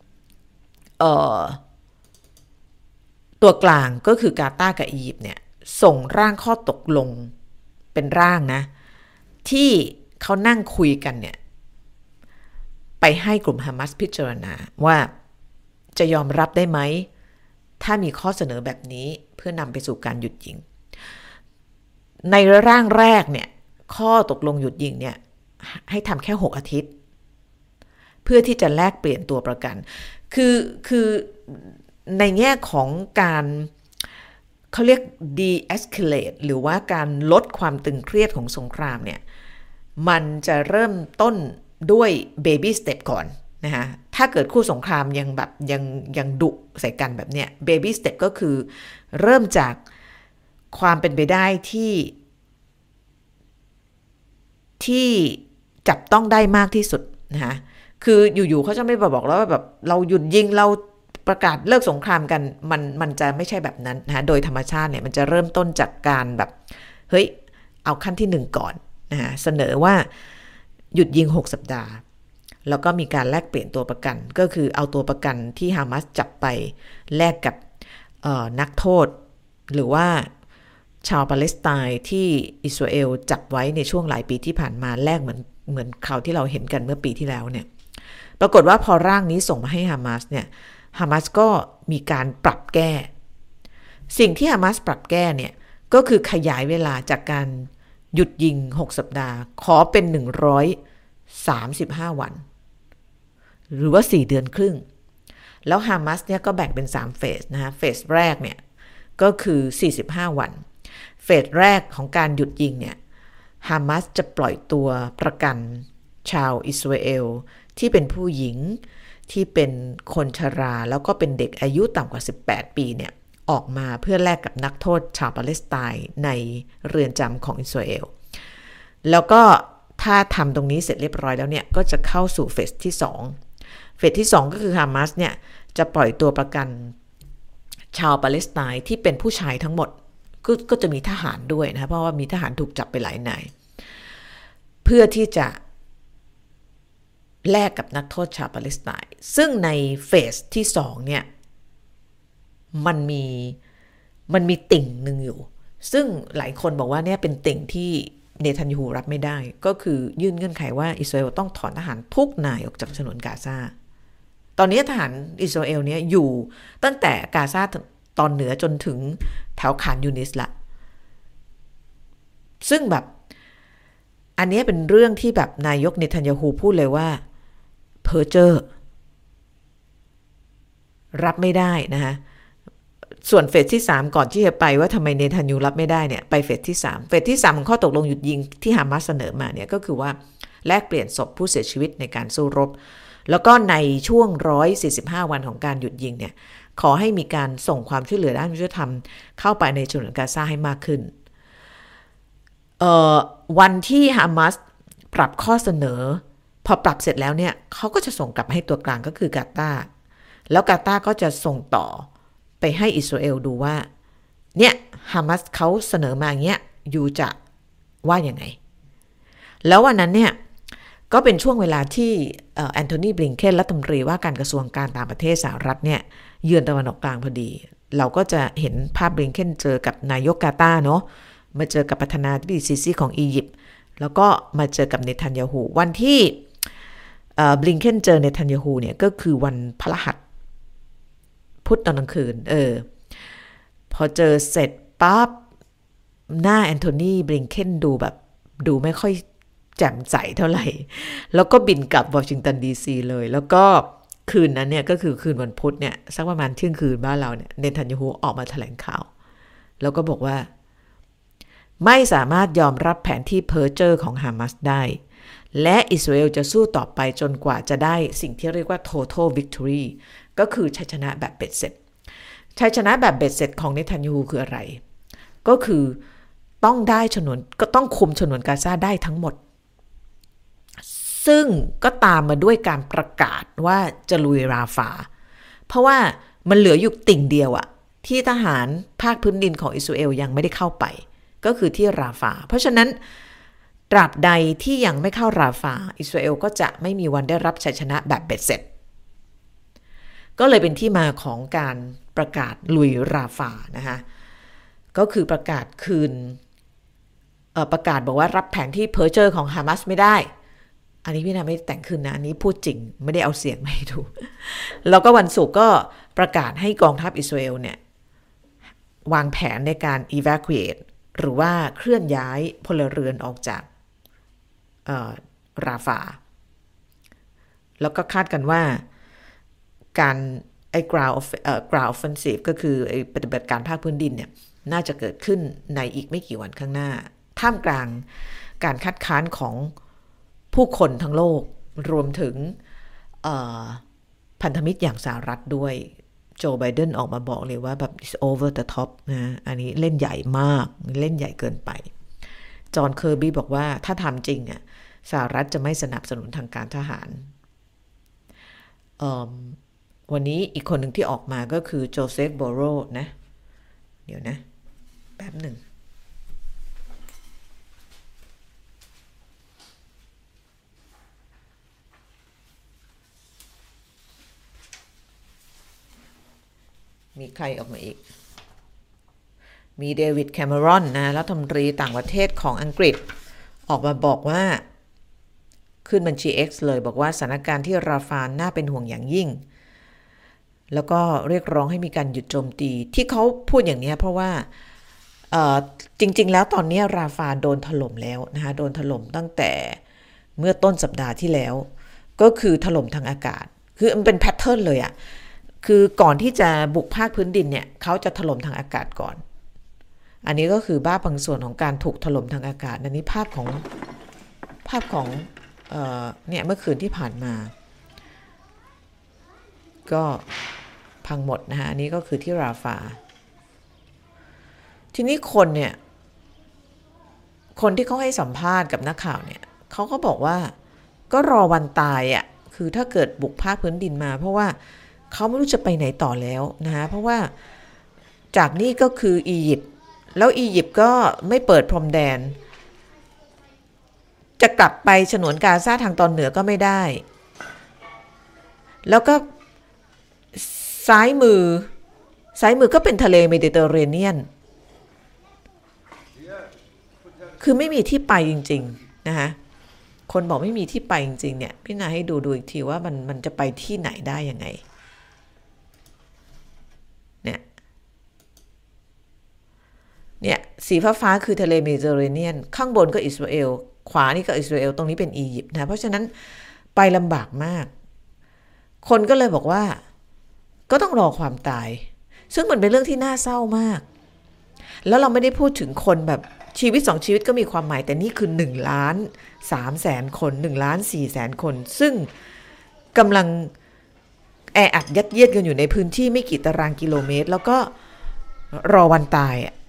ตัวกลางก็คือกาตาร์กับอียิปต์เนี่ยส่งร่างข้อตกลงเป็นร่างนะที่เขานั่งคุยกันเนี่ยไปให้กลุ่มฮามาสพิจารณาว่าจะยอมรับได้ไหมถ้ามีข้อเสนอแบบนี้เพื่อนำไปสู่การหยุดยิงในร่างแรกเนี่ยข้อตกลงหยุดยิงเนี่ยให้ทำแค่หกอาทิตย์เพื่อที่จะแลกเปลี่ยนตัวประกันคือคือในแง่ของการเขาเรียก de-escalate หรือว่าการลดความตึงเครียดของสงครามเนี่ยมันจะเริ่มต้นด้วย baby step ก่อนนะคะถ้าเกิดคู่สงครามยังแบบยังยังดุใส่กันแบบเนี้ย baby step ก็คือเริ่มจากความเป็นไปได้ที่ที่จับต้องได้มากที่สุดนะคะคืออยู่ๆเขาจะไม่บอกแล้วว่าแบบเราหยุดยิงเราประกาศเลิกสงครามกันมันมันจะไม่ใช่แบบนั้นนะคะโดยธรรมชาติเนี่ยมันจะเริ่มต้นจากการแบบเฮ้ยเอาขั้นที่หนึ่งก่อนนะคะเสนอว่าหยุดยิงหกสัปดาห์แล้วก็มีการแลกเปลี่ยนตัวประกันก็คือเอาตัวประกันที่ฮามาสจับไปแลกกับนักโทษหรือว่าชาวปาเลสไตน์ที่อิสราเอลจับไว้ในช่วงหลายปีที่ผ่านมาแลกเหมือนเหมือนข่าวที่เราเห็นกันเมื่อปีที่แล้วเนี่ยปรากฏว่าพอร่างนี้ส่งมาให้ฮามาสเนี่ยฮามาสก็มีการปรับแก้สิ่งที่ฮามาสปรับแก้เนี่ยก็คือขยายเวลาจากการหยุดยิงหกสัปดาห์ขอเป็นหนึ่งร้อยสามสิบห้าวันหรือว่าสี่เดือนครึ่งแล้วฮามาสเนี่ยก็แบ่งเป็นสามเฟสนะฮะเฟสแรกเนี่ยก็คือสี่สิบห้าวันเฟสแรกของการหยุดยิงเนี่ยฮามาสจะปล่อยตัวประกันชาวอิสราเอลที่เป็นผู้หญิงที่เป็นคนชราแล้วก็เป็นเด็กอายุต่ำกว่าสิบแปดปีเนี่ยออกมาเพื่อแลกกับนักโทษชาวปาเลสไตน์ในเรือนจำของอิสราเอลแล้วก็ถ้าทำตรงนี้เสร็จเรียบร้อยแล้วเนี่ยก็จะเข้าสู่เฟสที่สองเฟสที่สองก็คือฮามาสเนี่ยจะปล่อยตัวประกันชาวปาเลสไตน์ที่เป็นผู้ชายทั้งหมดก็ก็จะมีทหารด้วยนะเพราะว่ามีทหารถูกจับไปหลายนายเพื่อที่จะแลกกับนักโทษชาวปาเลสไตน์ซึ่งในเฟสที่สองเนี่ยมันมีมันมีติ่งหนึ่งอยู่ซึ่งหลายคนบอกว่าเนี่ยเป็นติ่งที่เนทันยาฮูรับไม่ได้ก็คือยื่นเงื่อนไขว่าอิสราเอลต้องถอนทหารทุกนายออกจากฉนวนกาซาตอนนี้ทหารอิสราเอลเนี่ยอยู่ตั้งแต่กาซาตอนเหนือจนถึงแถวขานยูนิสละซึ่งแบบอันนี้เป็นเรื่องที่แบบนายกเนทันยาฮูพูดเลยว่าเพ้อเจ้อรับไม่ได้นะคะส่วนเฟสที่สามก่อนที่จะไปว่าทำไมเนทันยาฮูรับไม่ได้เนี่ยไปเฟสที่สามเฟสที่สามของข้อตกลงหยุดยิงที่ฮามาสเสนอมาเนี่ยก็คือว่าแลกเปลี่ยนศพผู้เสียชีวิตในการสู้รบแล้วก็ในช่วงหนึ่งร้อยสี่สิบห้าวันของการหยุดยิงเนี่ยขอให้มีการส่งความช่วยเหลือด้านมนุษยธรรมเข้าไปในฉนวนกาซาให้มากขึ้นเอ่อวันที่ฮามาสปรับข้อเสนอพอปรับเสร็จแล้วเนี่ยเขาก็จะส่งกลับให้ตัวกลางก็คือกาตาร์แล้วกาตาร์ก็จะส่งต่อไปให้อิสราเอลดูว่าเนี่ยฮามาสเขาเสนอมาอย่างเงี้ยอยู่จะว่ายังไงแล้ววันนั้นเนี่ยก็เป็นช่วงเวลาที่แอนโทนีบลิงเคนรัฐมนตรีว่าการกระทรวงการต่างประเทศสหรัฐเนี่ยเยือนตะวันออกกลางพอดีเราก็จะเห็นภาพบลิงเคนเจอกับนายกกาตาร์เนาะมาเจอกับประธานาธิบดีซีซีของอียิปต์แล้วก็มาเจอกับเนทันยาฮูวันที่บลิงเคนเจอเนทันยาฮูเนี่ยก็คือวันพฤหัสพุธตอนกลางคืนเออพอเจอเสร็จปั๊บหน้าแอนโทนีบลิงเคนดูแบบดูไม่ค่อยแจ่มใสเท่าไหร่แล้วก็บินกลับวอชิงตันดีซีเลยแล้วก็คืนนั้นเนี่ยก็คือคืนวันพุธเนี่ยสักประมาณเที่ยงคืนบ้านเราเนี่ยเนทันยาฮูออกมาแถลงข่าวแล้วก็บอกว่าไม่สามารถยอมรับแผนที่เพ้อเจ้อของฮามาสได้และอิสราเอลจะสู้ต่อไปจนกว่าจะได้สิ่งที่เรียกว่า total victory ก็คือชัยชนะแบบเบ็ดเสร็จชัยชนะแบบเบ็ดเสร็จของเนทันยาฮูคืออะไรก็คือต้องได้ฉนวนก็ต้องคุมฉนวนกาซาได้ทั้งหมดซึ่งก็ตามมาด้วยการประกาศว่าจะลุยราฟาเพราะว่ามันเหลืออยู่ติ่งเดียวอะที่ทหารภาคพื้นดินของอิสราเอลยังไม่ได้เข้าไปก็คือที่ราฟาเพราะฉะนั้นตราบใดที่ยังไม่เข้าราฟาอิสราเอลก็จะไม่มีวันได้รับชัยชนะแบบเบ็ดเสร็จก็เลยเป็นที่มาของการประกาศลุยราฟานะคะก็คือประกาศคืนเอ่อประกาศบอกว่ารับแผนที่เพ้อเจ้อของฮามาสไม่ได้อันนี้พี่นาไม่แต่งขึ้นนะอันนี้พูดจริงไม่ได้เอาเสียงมาให้ดูแล้วก็วันศุกร์ก็ประกาศให้กองทัพอิสราเอลเนี่ยวางแผนในการ evacuate หรือว่าเคลื่อนย้ายพลเรือนออกจากราฟาแล้วก็คาดกันว่าการไอ้ ground เอ่อ ground offensive ก็คือไอ้ปฏิบัติการภาคพื้นดินเนี่ยน่าจะเกิดขึ้นในอีกไม่กี่วันข้างหน้าท่ามกลางการคัดค้านของผู้คนทั้งโลกรวมถึงพันธมิตรอย่างสหรัฐด้วยโจไบเดนออกมาบอกเลยว่าแบบ it's over the top นะอันนี้เล่นใหญ่มากเล่นใหญ่เกินไปจอห์นเคอร์บี้บอกว่าถ้าทำจริงอ่ะสหรัฐจะไม่สนับสนุนทางการทหารวันนี้อีกคนหนึ่งที่ออกมาก็คือโจเซฟโบโรนะเดี๋ยวนะแป๊บหนึ่งมีใครออกมาอีกมีเดวิดแคมเมรอนนะรัฐมนตรีต่างประเทศของอังกฤษออกมาบอกว่าขึ้นบัญชี X เลยบอกว่าสถานการณ์ที่ราฟาน่าเป็นห่วงอย่างยิ่งแล้วก็เรียกร้องให้มีการหยุดโจมตีที่เขาพูดอย่างนี้เพราะว่าจริงๆแล้วตอนนี้ราฟาโดนถล่มแล้วนะคะโดนถล่มตั้งแต่เมื่อต้นสัปดาห์ที่แล้วก็คือถล่มทางอากาศคือมันเป็นแพทเทิร์นเลยอะคือก่อนที่จะบุกภาคพื้นดินเนี่ยเขาจะถล่มทางอากาศก่อนอันนี้ก็คือบ้าบางส่วนของการถูกถล่มทางอากาศอันนี้ภาพของภาพของเอ่อเนี่ยเมื่อคืนที่ผ่านมาก็พังหมดนะฮะอันนี้ก็คือที่ราฟาทีนี้คนเนี่ยคนที่เขาให้สัมภาษณ์กับนักข่าวเนี่ยเขาก็บอกว่าก็รอวันตายอ่ะคือถ้าเกิดบุกภาคพื้นดินมาเพราะว่าเขาไม่รู้จะไปไหนต่อแล้วนะฮะเพราะว่าจากนี้ก็คืออียิปต์แล้วอียิปต์ก็ไม่เปิดพรมแดนจะกลับไปฉนวนกาซาทางตอนเหนือก็ไม่ได้แล้วก็ซ้ายมือซ้ายมือก็เป็นทะเลเมดิเตอร์เรเนียนคือไม่มีที่ไปจริงๆนะคะคนบอกไม่มีที่ไปจริงๆเนี่ยพี่นาให้ดูดูอีกทีว่ามันมันจะไปที่ไหนได้ยังไงเนี่ยเนี่ยสีฟ้าๆคือทะเลเมดิเตอร์เรเนียนข้างบนก็อิสราเอลขวานี่ก็อิสราเอลตรงนี้เป็นอียิปต์นะเพราะฉะนั้นไปลำบากมากคนก็เลยบอกว่าก็ต้องรอความตายซึ่งมันเป็นเรื่องที่น่าเศร้ามากแล้วเราไม่ได้พูดถึงคนแบบชีวิตสองชีวิตก็มีความหมายแต่นี่คือหนึ่งล้านสามแสนคนหนึ่งล้านสี่แสนคนซึ่งกำลังแออัดยัดเยียดกันอยู่ในพื้นที่ไม่กี่ตารางกิโลเมตรแล้วก็รอวันตายอ่ะ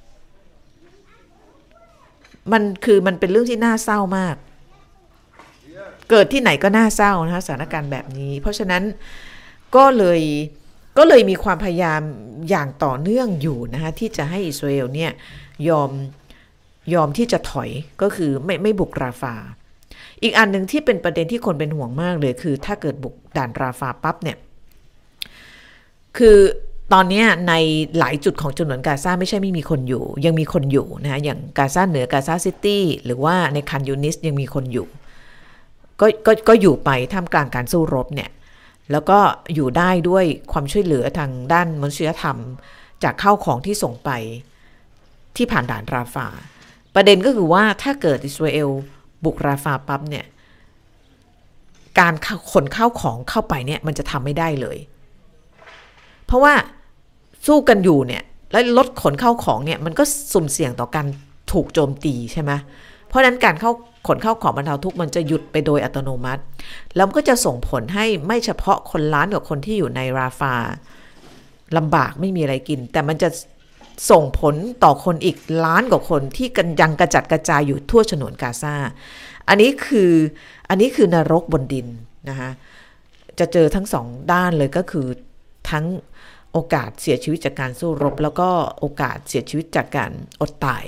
มันคือมันเป็นเรื่องที่น่าเศร้ามากเกิดที่ไหนก็น่าเศร้านะคะสถานการณ์แบบนี้เพราะฉะนั้นก็เลยก็เลยมีความพยายามอย่างต่อเนื่องอยู่นะคะที่จะให้อิสราเอลเนี่ยยอมยอมที่จะถอยก็คือไม่ไม่บุกราฟาอีกอันหนึ่งที่เป็นประเด็นที่คนเป็นห่วงมากเลยคือถ้าเกิดบุกด่านราฟาปั๊บเนี่ยคือตอนนี้ในหลายจุดของฉนวนกาซาไม่ใช่ไม่มีคนอยู่ยังมีคนอยู่นะอย่างกาซาเหนือกาซาซิตี้หรือว่าในคันยูนิสยังมีคนอยู่ก็ก็ก็อยู่ไปท่ามกลางการสู้รบเนี่ยแล้วก็อยู่ได้ด้วยความช่วยเหลือทางด้านมนุษยธรรมจากข้าวของที่ส่งไปที่ผ่านด่านราฟาประเด็นก็คือว่าถ้าเกิดอิสราเอลบุกราฟาปั๊บเนี่ยการขนข้าวของเข้าไปเนี่ยมันจะทำไม่ได้เลยเพราะว่าสู้กันอยู่เนี่ยแล้วรถขนเข้าของเนี่ยมันก็สุ่มเสี่ยงต่อการถูกโจมตีใช่ไหมเพราะนั้นการเข้าขนเข้าของบรรเทาทุกข์มันจะหยุดไปโดยอัตโนมัติแล้วก็จะส่งผลให้ไม่เฉพาะคนล้านกับคนที่อยู่ในราฟาลำบากไม่มีอะไรกินแต่มันจะส่งผลต่อคนอีกล้านกว่าคนที่กันยังกระจัดกระจายอยู่ทั่วฉนวนกาซาอันนี้คืออันนี้คือนรกบนดินนะคะจะเจอทั้งสองด้านเลยก็คือทั้งโอกาสเสียชีวิตจากการสู้รบแล้วก็โอกาสเสียชีวิตจากการอดตาย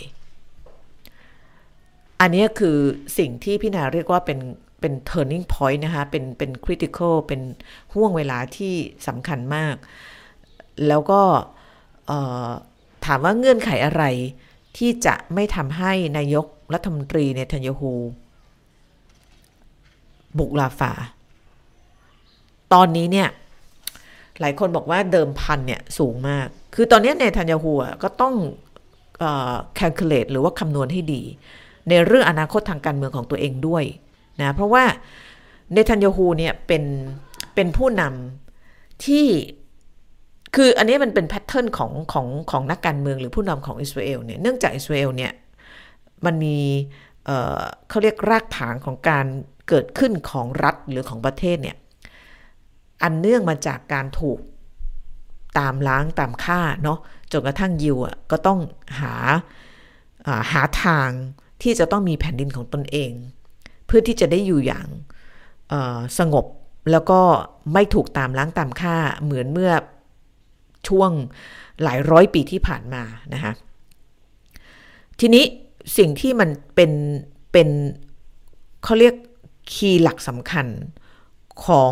อันนี้คือสิ่งที่พี่นาเรียกว่าเป็นเป็น turning point นะคะเป็นเป็น critical เป็นห่วงเวลาที่สำคัญมากแล้วก็ถามว่าเงื่อนไขอะไรที่จะไม่ทำให้นายกรัฐมนตรีเนทันยาฮูบุกราฟาตอนนี้เนี่ยหลายคนบอกว่าเดิมพันเนี่ยสูงมากคือตอนนี้เนทันยาฮูก็ต้องเอ่อ calculate หรือว่าคำนวณให้ดีในเรื่องอนาคตทางการเมืองของตัวเองด้วยนะเพราะว่าเนทันยาฮูเนี่ยเป็นเป็นผู้นำที่คืออันนี้มันเป็นแพทเทิร์นของของของนักการเมืองหรือผู้นำของอิสราเอลเนี่ยเนื่องจากอิสราเอลเนี่ยมันมีเอ่อเขาเรียกรากฐานของการเกิดขึ้นของรัฐหรือของประเทศเนี่ยอันเนื่องมาจากการถูกตามล้างตามฆ่าเนาะจนกระทั่งยิวอ่ะก็ต้องหาหาทางที่จะต้องมีแผ่นดินของตนเองเพื่อที่จะได้อยู่อย่างสงบแล้วก็ไม่ถูกตามล้างตามฆ่าเหมือนเมื่อช่วงหลายร้อยปีที่ผ่านมานะคะทีนี้สิ่งที่มันเป็นเป็นเขาเรียกคีย์หลักสำคัญของ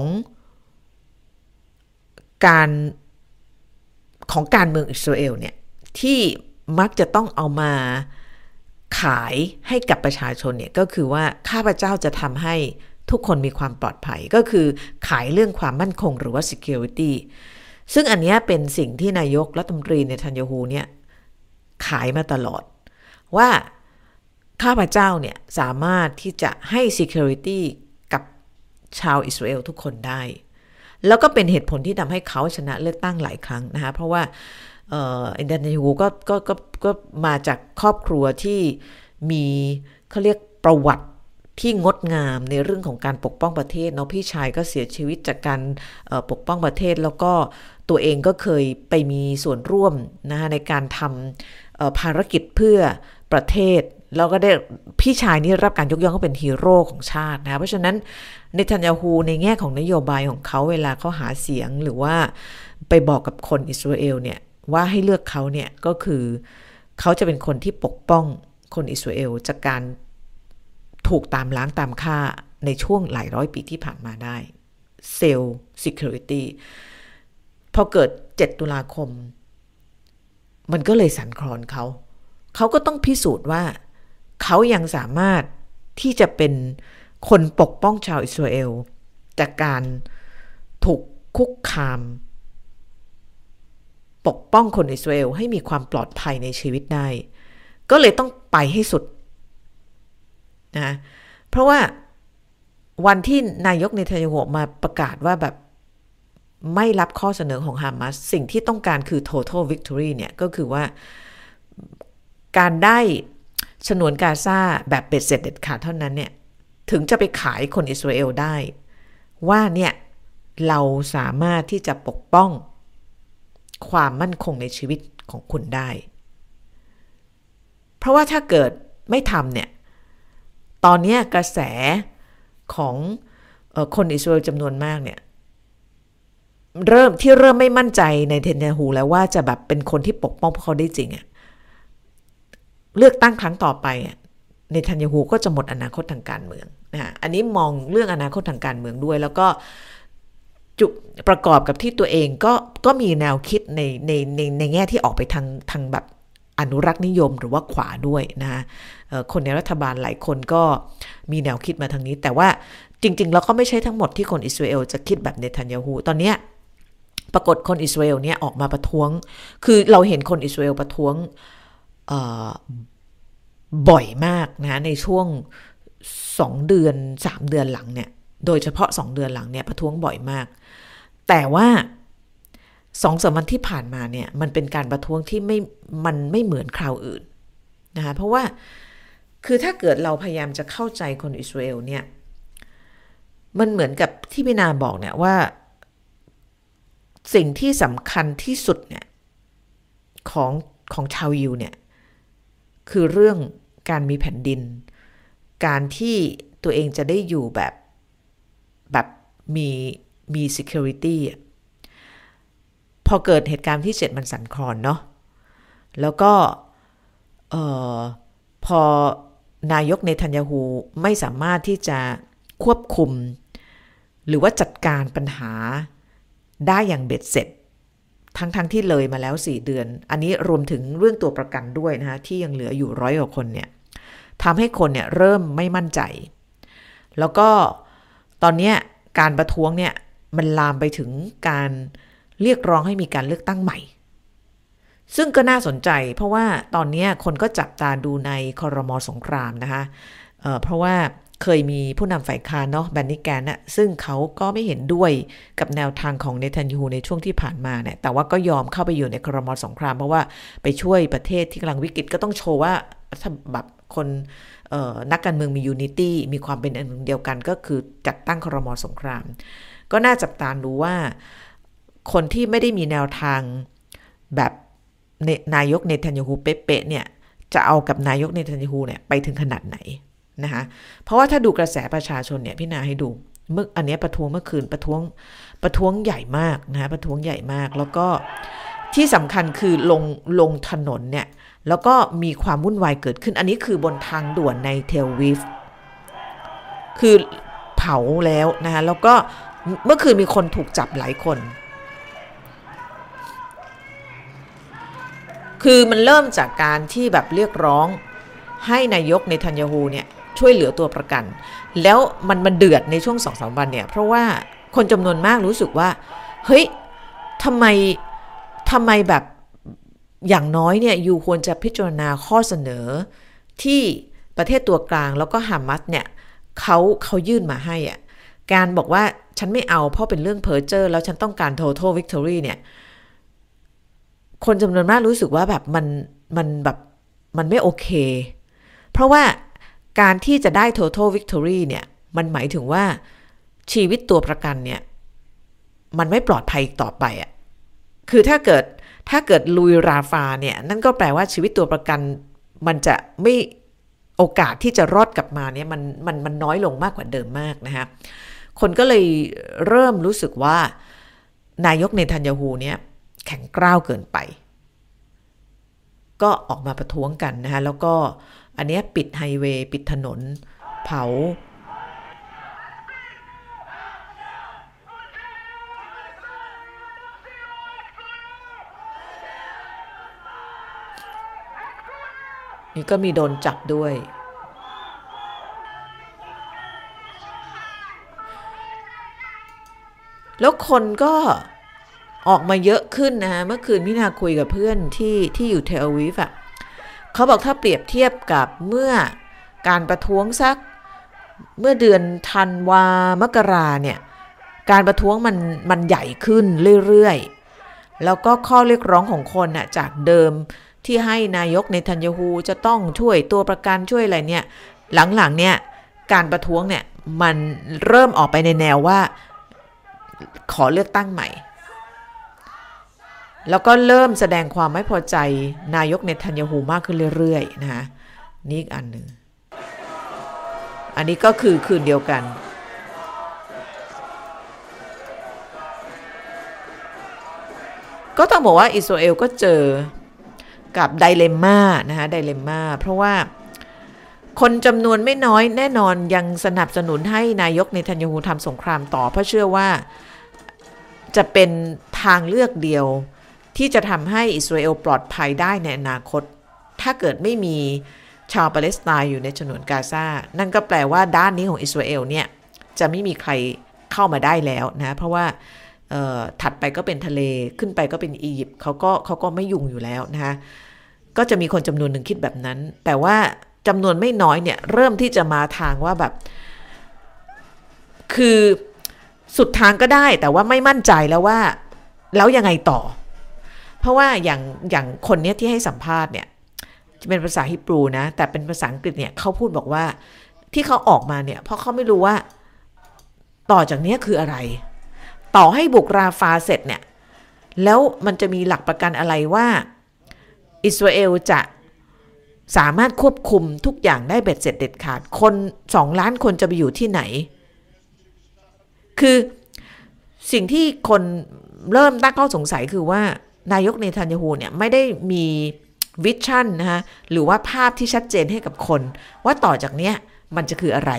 การของการเมืองอิสราเอลเนี่ยที่มักจะต้องเอามาขายให้กับประชาชนเนี่ยก็คือว่าข้าพเจ้าจะทำให้ทุกคนมีความปลอดภัยก็คือขายเรื่องความมั่นคงหรือว่า security ซึ่งอันนี้เป็นสิ่งที่นายกรัฐมนตรีเนทันยาฮูเนี่ยขายมาตลอดว่าข้าพเจ้าเนี่ยสามารถที่จะให้ security กับชาวอิสราเอลทุกคนได้แล้วก็เป็นเหตุผลที่ทำให้เขาชนะเลือกตั้งหลายครั้งนะคะเพราะว่าเอ่อเนทันยาฮูก็ก็ก็ก็มาจากครอบครัวที่มีเขาเรียกประวัติที่งดงามในเรื่องของการปกป้องประเทศเนาะพี่ชายก็เสียชีวิตจากการปกป้องประเทศแล้วก็ตัวเองก็เคยไปมีส่วนร่วมนะคะในการทำภารกิจเพื่อประเทศแล้วก็ได้พี่ชายนี่รับการยกย่องว่าเป็นฮีโร่ของชาตินะเพราะฉะนั้นเนทันยาฮูในแง่ของนโยบายของเขาเวลาเขาหาเสียงหรือว่าไปบอกกับคนอิสราเอลเนี่ยว่าให้เลือกเขาเนี่ยก็คือเขาจะเป็นคนที่ปกป้องคนอิสราเอลจากการถูกตามล้างตามฆ่าในช่วงหลายร้อยปีที่ผ่านมาได้เซลล์ security พอเกิดเจ็ดตุลาคมมันก็เลยสั่นคลอนเขาเขาก็ต้องพิสูจน์ว่าเขายังสามารถที่จะเป็นคนปกป้องชาวอิสราเอลจากการถูกคุกคามปกป้องคนอิสราเอลให้มีความปลอดภัยในชีวิตได้ก็เลยต้องไปให้สุดนะเพราะว่าวันที่นายกเนทันยาฮูมาประกาศว่าแบบไม่รับข้อเสนอของฮามาสสิ่งที่ต้องการคือ total victory เนี่ยก็คือว่าการได้ฉนวนกาซาแบบเบ็ดเสร็จเด็ดขาดเท่านั้นเนี่ยถึงจะไปขายคนอิสราเอลได้ว่าเนี่ยเราสามารถที่จะปกป้องความมั่นคงในชีวิตของคุณได้เพราะว่าถ้าเกิดไม่ทำเนี่ยตอนนี้กระแสของเอ่อคนอิสราเอลจำนวนมากเนี่ยเริ่มที่เริ่มไม่มั่นใจในเนทันยาฮูแล้วว่าจะแบบเป็นคนที่ปกป้องพวกเขาได้จริงอ่ะเลือกตั้งครั้งต่อไปเนทันยาฮูก็จะหมดอนาคตทางการเมืองนะอันนี้มองเรื่องอนาคตทางการเมืองด้วยแล้วก็จุประกอบกับที่ตัวเองก็ก็มีแนวคิดในในในในแง่ที่ออกไปทางทางแบบอนุรักษ์นิยมหรือว่าขวาด้วยนะคนในรัฐบาลหลายคนก็มีแนวคิดมาทางนี้แต่ว่าจริงๆแล้วก็ไม่ใช่ทั้งหมดที่คนอิสราเอลจะคิดแบบเนทันยาฮูตอนนี้ปรากฏคนอิสราเอลเนี่ยออกมาประท้วงคือเราเห็นคนอิสราเอลประท้วงบ่อยมากนะในช่วงสองเดือนสามเดือนหลังเนี่ยโดยเฉพาะสองเดือนหลังเนี่ยประท้วงบ่อยมากแต่ว่าสองสามวันที่ผ่านมาเนี่ยมันเป็นการประท้วงที่ไม่มันไม่เหมือนคราวอื่นนะคะเพราะว่าคือถ้าเกิดเราพยายามจะเข้าใจคนอิสราเอลเนี่ยมันเหมือนกับที่พี่นาบอกเนี่ยว่าสิ่งที่สำคัญที่สุดเนี่ยของของชาวยิวเนี่ยคือเรื่องการมีแผ่นดินการที่ตัวเองจะได้อยู่แบบแบบมีมี security พอเกิดเหตุการณ์ที่เจ็ดมันสั่นคลอนเนาะแล้วก็เอ่อพอนายกเนทันยาฮูไม่สามารถที่จะควบคุมหรือว่าจัดการปัญหาได้อย่างเบ็ดเสร็จทั้งๆ ท, ที่เลยมาแล้วสี่เดือนอันนี้รวมถึงเรื่องตัวประกันด้วยนะคะที่ยังเหลืออยู่ร้อยกว่าคนเนี่ยทำให้คนเนี่ยเริ่มไม่มั่นใจแล้วก็ตอนนี้การประท้วงเนี่ยมันลามไปถึงการเรียกร้องให้มีการเลือกตั้งใหม่ซึ่งก็น่าสนใจเพราะว่าตอนนี้คนก็จับตาดูในครม.สงครามนะคะ เอ่อ เพราะว่าเคยมีผู้นำฝ่ายค้านเนาะแบนนิแกนนะซึ่งเขาก็ไม่เห็นด้วยกับแนวทางของเนทันยูฮูในช่วงที่ผ่านมาเนี่ยแต่ว่าก็ยอมเข้าไปอยู่ในครม.สงครามเพราะว่าไปช่วยประเทศที่กำลังวิกฤตก็ต้องโชว์ว่าแบบคนนักการเมืองมียูนิตี้มีความเป็นอันหนึ่งเดียวกันก็คือจัดตั้งครม.สงครามก็น่าจับตาดูว่าคนที่ไม่ได้มีแนวทางแบบนายกเนทันยาฮูเป๊ะๆเนี่ยจะเอากับนายกเนทันยาฮูเนี่ยไปถึงขนาดไหนนะคะเพราะว่าถ้าดูกระแสประชาชนเนี่ยพี่นาให้ดูเมื่ออันนี้ประท้วงเมื่อคืนประท้วงประท้วงใหญ่มากนะประท้วงใหญ่มากแล้วก็ที่สำคัญคือลงลงถนนเนี่ยแล้วก็มีความวุ่นวายเกิดขึ้นอันนี้คือบนทางด่วนในเทลวีฟคือเผาแล้วนะคะแล้วก็เมื่อคืนมีคนถูกจับหลายคนคือมันเริ่มจากการที่แบบเรียกร้องให้นายกเนทันยาฮูเนี่ยช่วยเหลือตัวประกันแล้วมันมันเดือดในช่วง สองถึงสาม วันเนี่ยเพราะว่าคนจำนวนมากรู้สึกว่าเฮ้ยทำไมทำไมแบบอย่างน้อยเนี่ยยูควรจะพิจารณาข้อเสนอที่ประเทศตัวกลางแล้วก็ฮามัสเนี่ยเขาเขายื่นมาให้อ่ะการบอกว่าฉันไม่เอาเพราะเป็นเรื่องเพ้อเจ้อแล้วฉันต้องการ total victory เนี่ยคนจำนวนมากรู้สึกว่าแบบมันมันแบบมันไม่โอเคเพราะว่าการที่จะได้ total victory เนี่ยมันหมายถึงว่าชีวิตตัวประกันเนี่ยมันไม่ปลอดภัยต่อไปอ่ะคือถ้าเกิดถ้าเกิดลุยราฟาเนี่ยนั่นก็แปลว่าชีวิตตัวประกันมันจะไม่โอกาสที่จะรอดกลับมาเนี่ยมันมันมันน้อยลงมากกว่าเดิมมากนะคะคนก็เลยเริ่มรู้สึกว่านายกเนทันยาฮูเนี่ยแข็งกร้าวเกินไปก็ออกมาประท้วงกันนะคะแล้วก็อันนี้ปิดไฮเวย์ปิดถนนเผานี่ก็มีโดนจับด้วยแล้วคนก็ออกมาเยอะขึ้นนะเมื่อคืนพี่นาคุยกับเพื่อนที่ที่อยู่เทลอาวีฟอ่ะเขาบอกถ้าเปรียบเทียบกับเมื่อการประท้วงสักเมื่อเดือนธันวามกราเนี่ยการประท้วงมันมันใหญ่ขึ้นเรื่อยๆแล้วก็ข้อเรียกร้องของคนน่ะจากเดิมที่ให้นายกเนทันยาฮูจะต้องช่วยตัวประกันช่วยอะไรเนี่ยหลังๆเนี่ยการประท้วงเนี่ยมันเริ่มออกไปในแนวว่าขอเลือกตั้งใหม่แล้วก็เริ่มแสดงความไม่พอใจนายกเนทันยาฮูมากขึ้นเรื่อยๆนะคะนี่อีกอันหนึ่งอันนี้ก็คือคืนเดียวกันก็ต้องบอกว่าอิสราเอลก็เจอกับไดเลมม่านะคะไดเลมม่าเพราะว่าคนจำนวนไม่น้อยแน่นอนยังสนับสนุนให้นายกเนทันยาฮูทำสงครามต่อเพราะเชื่อว่าจะเป็นทางเลือกเดียวที่จะทำให้อิสราเอลปลอดภัยได้ในอนาคตถ้าเกิดไม่มีชาวปาเลสไตน์อยู่ในฉนวนกาซานั่นก็แปลว่าด้านนี้ของอิสราเอลเนี่ยจะไม่มีใครเข้ามาได้แล้วนะเพราะว่าถัดไปก็เป็นทะเลขึ้นไปก็เป็นอียิปต์เขาก็เขาก็ไม่ยุ่งอยู่แล้วนะคะก็จะมีคนจำนวนหนึ่งคิดแบบนั้นแต่ว่าจำนวนไม่น้อยเนี่ยเริ่มที่จะมาทางว่าแบบคือสุดทางก็ได้แต่ว่าไม่มั่นใจแล้วว่าแล้วยังไงต่อเพราะว่าอย่างอย่างคนเนี้ยที่ให้สัมภาษณ์เนี่ยเป็นภาษาฮิบรูนะแต่เป็นภาษาอังกฤษเนี่ยเขาพูดบอกว่าที่เขาออกมาเนี่ยเพราะเขาไม่รู้ว่าต่อจากนี้คืออะไรต่อให้บุกราฟาเสร็จเนี่ยแล้วมันจะมีหลักประกันอะไรว่าอิสราเอลจะสามารถควบคุมทุกอย่างได้เบ็ดเสร็จเด็ดขาดคนสองล้านคนจะไปอยู่ที่ไหนคือสิ่งที่คนเริ่มตั้งข้อสงสัยคือว่านายกเนทันยาฮูเนี่ยไม่ได้มีวิชั่นนะคะหรือว่าภาพที่ชัดเจนให้กับคนว่าต่อจากเนี้ยมันจะคืออะไร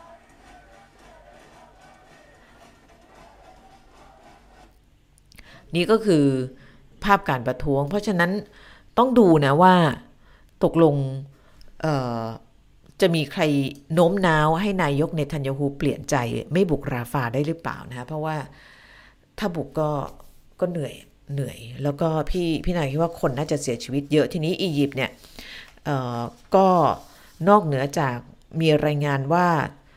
นี่ก็คือภาพการประท้วงเพราะฉะนั้นต้องดูนะว่าตกลงจะมีใครโน้มน้าวให้นายกเนทันยาฮูเปลี่ยนใจไม่บุกราฟาได้หรือเปล่านะคะเพราะว่าถ้าบุกก็ก็เหนื่อยเหนื่อยแล้วก็พี่พี่นายคิดว่าคนน่าจะเสียชีวิตเยอะทีนี้อียิปต์เนี่ยก็นอกเหนือจากมีรายงานว่า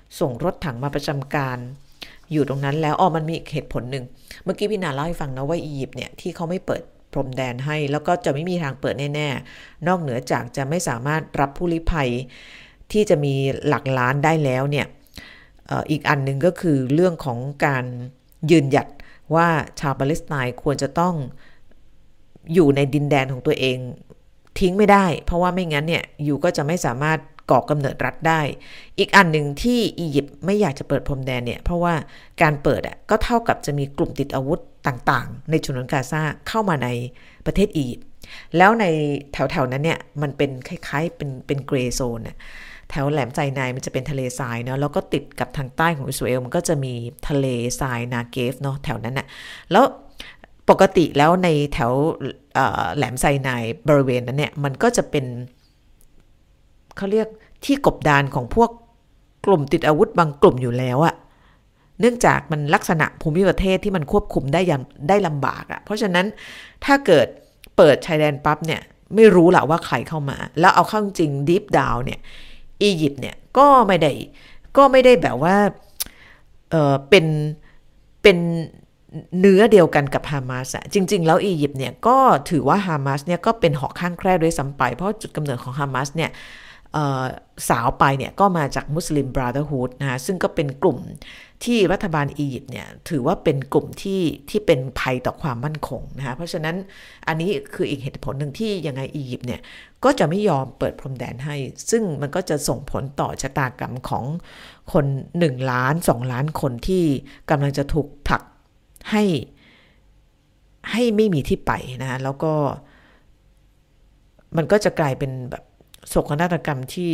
ส่งรถถังมาประจำการอยู่ตรงนั้นแล้วอ๋อมันมีอีกเหตุผลหนึ่งเมื่อกี้พี่นาเล่าให้ฟังนะว่าอียิปต์เนี่ยที่เขาไม่เปิดพรมแดนให้แล้วก็จะไม่มีทางเปิดแน่ๆนอกเหนือจากจะไม่สามารถรับผู้ลี้ภัยที่จะมีหลักล้านได้แล้วเนี่ยเอ่ออีกอันนึงก็คือเรื่องของการยืนหยัดว่าชาวปาเลสไตน์ควรจะต้องอยู่ในดินแดนของตัวเองทิ้งไม่ได้เพราะว่าไม่งั้นเนี่ยอยู่ก็จะไม่สามารถก่อกำเนิดรัฐได้อีกอันหนึ่งที่อียิปต์ไม่อยากจะเปิดพรมแดนเนี่ยเพราะว่าการเปิดอ่ะก็เท่ากับจะมีกลุ่มติดอาวุธต่างๆในฉนวนกาซาเข้ามาในประเทศอียิปต์แล้วในแถวๆนั้นเนี่ยมันเป็นคล้ายๆเป็นเป็นเกรย์โซนน่ะแถวแหลมไซนายมันจะเป็นทะเลทรายเนาะแล้วก็ติดกับทางใต้ของอิสราเอลมันก็จะมีทะเลทรายนาเกฟเนาะแถวนั้นน่ะแล้วปกติแล้วในแถวแหลมไซนายบริเวณนั้นเนี่ยมันก็จะเป็นเขาเรียกที่กบดานของพวกกลุ่มติดอาวุธบางกลุ่มอยู่แล้วอะเนื่องจากมันลักษณะภูมิประเทศที่มันควบคุมได้ยังได้ลำบากอะเพราะฉะนั้นถ้าเกิดเปิดชายแดนปั๊บเนี่ยไม่รู้แหละว่าใครเข้ามาแล้วเอาเข้าจริงดีฟดาวเนี่ยอียิปต์เนี่ยก็ไม่ได้ก็ไม่ได้แบบว่าเออเป็นเป็นเนื้อเดียวกันกับฮามาสอะจริงๆแล้วอียิปต์เนี่ยก็ถือว่าฮามาสเนี่ยก็เป็นหอกข้างแคร่ด้วยซ้ำไปเพราะจุดกำเนิดของฮามาสเนี่ยสาวไปเนี่ยก็มาจากมุสลิมบราเธอร์ฮูดนะซึ่งก็เป็นกลุ่มที่รัฐบาลอียิปต์เนี่ยถือว่าเป็นกลุ่มที่ที่เป็นภัยต่อความมั่นคงนะคะเพราะฉะนั้นอันนี้คืออีกเหตุผลหนึ่งที่ยังไงอียิปต์เนี่ยก็จะไม่ยอมเปิดพรมแดนให้ซึ่งมันก็จะส่งผลต่อชะตากรรมของคนหนึ่งล้านสองล้านคนที่กำลังจะถูกผลักให้ให้ไม่มีที่ไปนะแล้วก็มันก็จะกลายเป็นแบบโศกนาฏกรรมที่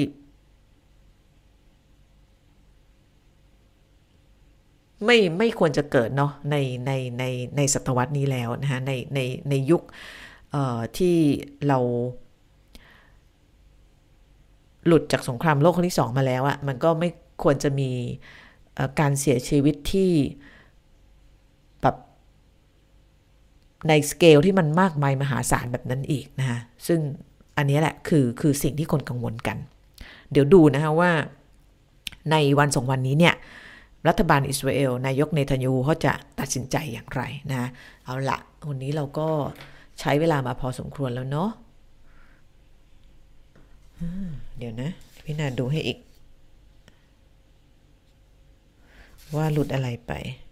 ไม่ไม่ควรจะเกิดเนาะในในในในศตวรรษนี้แล้วนะฮะในในในยุคเอ่อที่เราหลุดจากสงครามโลกครั้งที่สองมาแล้วอะมันก็ไม่ควรจะมีการเสียชีวิตที่แบบในสเกลที่มันมากมายมหาศาลแบบนั้นอีกนะฮะซึ่งอันนี้แหละคือคือสิ่งที่คนกังวลกันเดี๋ยวดูนะคะว่าในวันสองวันนี้เนี่ยรัฐบาลอิสราเอลนายกเนทันยาฮูเขาจะตัดสินใจอย่างไรนะเอาละวันนี้เราก็ใช้เวลามาพอสมควรแล้วเนาะเดี๋ยวนะพี่นาดูให้อีกว่าหลุดอะไรไป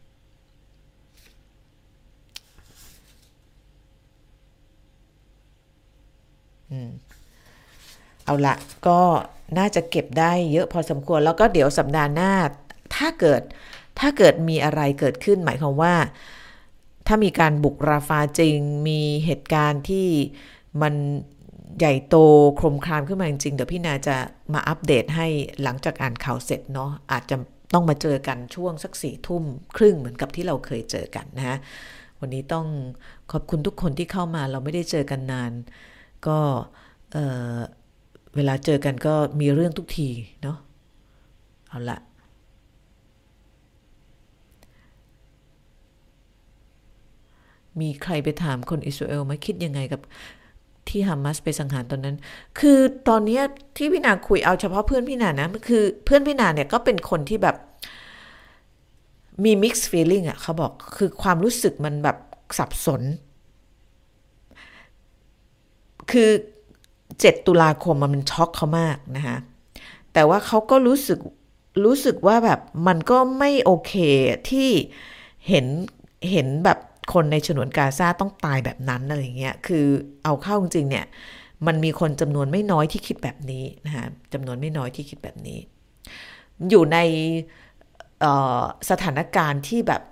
อืมเอาละก็น่าจะเก็บได้เยอะพอสมควรแล้วก็เดี๋ยวสัปดาห์หน้าถ้าเกิดถ้าเกิดมีอะไรเกิดขึ้นหมายความว่าถ้ามีการบุกราฟาจริงมีเหตุการณ์ที่มันใหญ่โตโครมครามขึ้นมาจริงๆเดี๋ยวพี่นาจะมาอัปเดตให้หลังจากอ่านข่าวเสร็จเนาะอาจจะต้องมาเจอกันช่วงสักสี่ทุ่มครึ่งเหมือนกับที่เราเคยเจอกันนะฮะวันนี้ต้องขอบคุณทุกคนที่เข้ามาเราไม่ได้เจอกันนานก็เอ่อเวลาเจอกันก็มีเรื่องทุกทีเนาะเอาละมีใครไปถามคนอิสราเอลไหมคิดยังไงกับที่ฮามาสไปสังหารตอนนั้นคือตอนนี้ที่พี่นาคุยเอาเฉพาะเพื่อนพี่นานะคือเพื่อนพี่นาเนี่ยก็เป็นคนที่แบบมี mixed feeling อ่ะเขาบอกคือความรู้สึกมันแบบสับสนคือเจ็ดตุลาคมมันช็อกเขามากนะคะแต่ว่าเขาก็รู้สึกรู้สึกว่าแบบมันก็ไม่โอเคที่เห็นเห็นแบบคนในฉนวนกาซาต้องตายแบบนั้นอะไรเงี้ยคือเอาเข้าจริงๆเนี่ยมันมีคนจำนวนไม่น้อยที่คิดแบบนี้นะคะจำนวนไม่น้อยที่คิดแบบนี้อยู่ในสถานการณ์ที่แบบ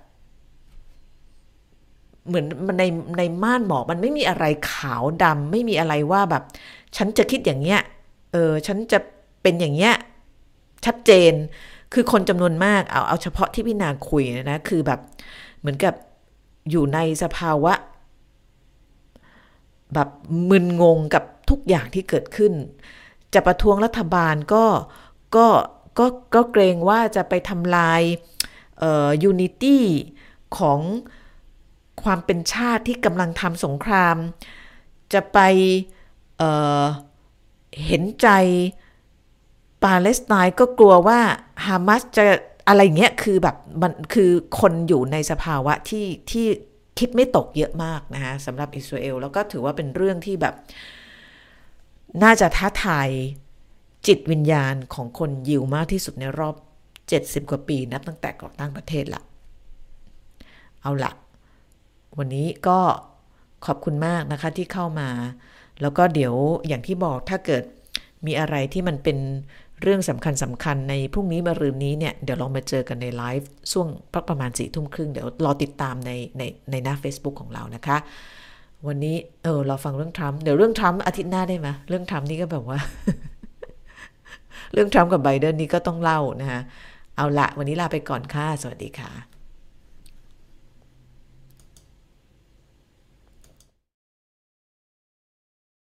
เหมือนในในม่านหมอกมันไม่มีอะไรขาวดำไม่มีอะไรว่าแบบฉันจะคิดอย่างเงี้ยเออฉันจะเป็นอย่างเงี้ยชัดเจนคือคนจำนวนมากเอาเอาเฉพาะที่พี่นาคุยนะคือแบบเหมือนกับอยู่ในสภาวะแบบมึนงงกับทุกอย่างที่เกิดขึ้นจะประท้วงรัฐบาลก็ก็ก็ก็เกรงว่าจะไปทำลายเอ่อยูนิตี้ของความเป็นชาติที่กำลังทำสงครามจะไปเอ่อเห็นใจปาเลสไตน์ก็กลัวว่าฮามาสจะอะไรเงี้ยคือแบบมันคือคนอยู่ในสภาวะที่ที่คิดไม่ตกเยอะมากนะคะสำหรับอิสราเอลแล้วก็ถือว่าเป็นเรื่องที่แบบน่าจะท้าทายจิตวิญญาณของคนยิวมากที่สุดในรอบเจ็ดสิบกว่าปีนับตั้งแต่ก่อตั้งประเทศละเอาละวันนี้ก็ขอบคุณมากนะคะที่เข้ามาแล้วก็เดี๋ยวอย่างที่บอกถ้าเกิดมีอะไรที่มันเป็นเรื่องสำคัญสำคัญในพรุ่งนี้มะรืนนี้เนี่ยเดี๋ยวลองมาเจอกันในไลฟ์ช่วงประมาณสี่ทุ่มครึ่งเดี๋ยวรอติดตามในในในหน้า Facebook ของเรานะคะวันนี้เออเราฟังเรื่องทรัมป์เดี๋ยวเรื่องทรัมป์อาทิตย์หน้าได้ไหมเรื่องทรัมป์นี่ก็แบบว่า เรื่องทรัมป์กับไบเดนนี่ก็ต้องเล่านะคะเอาละวันนี้ลาไปก่อนค่ะสวัสดีค่ะ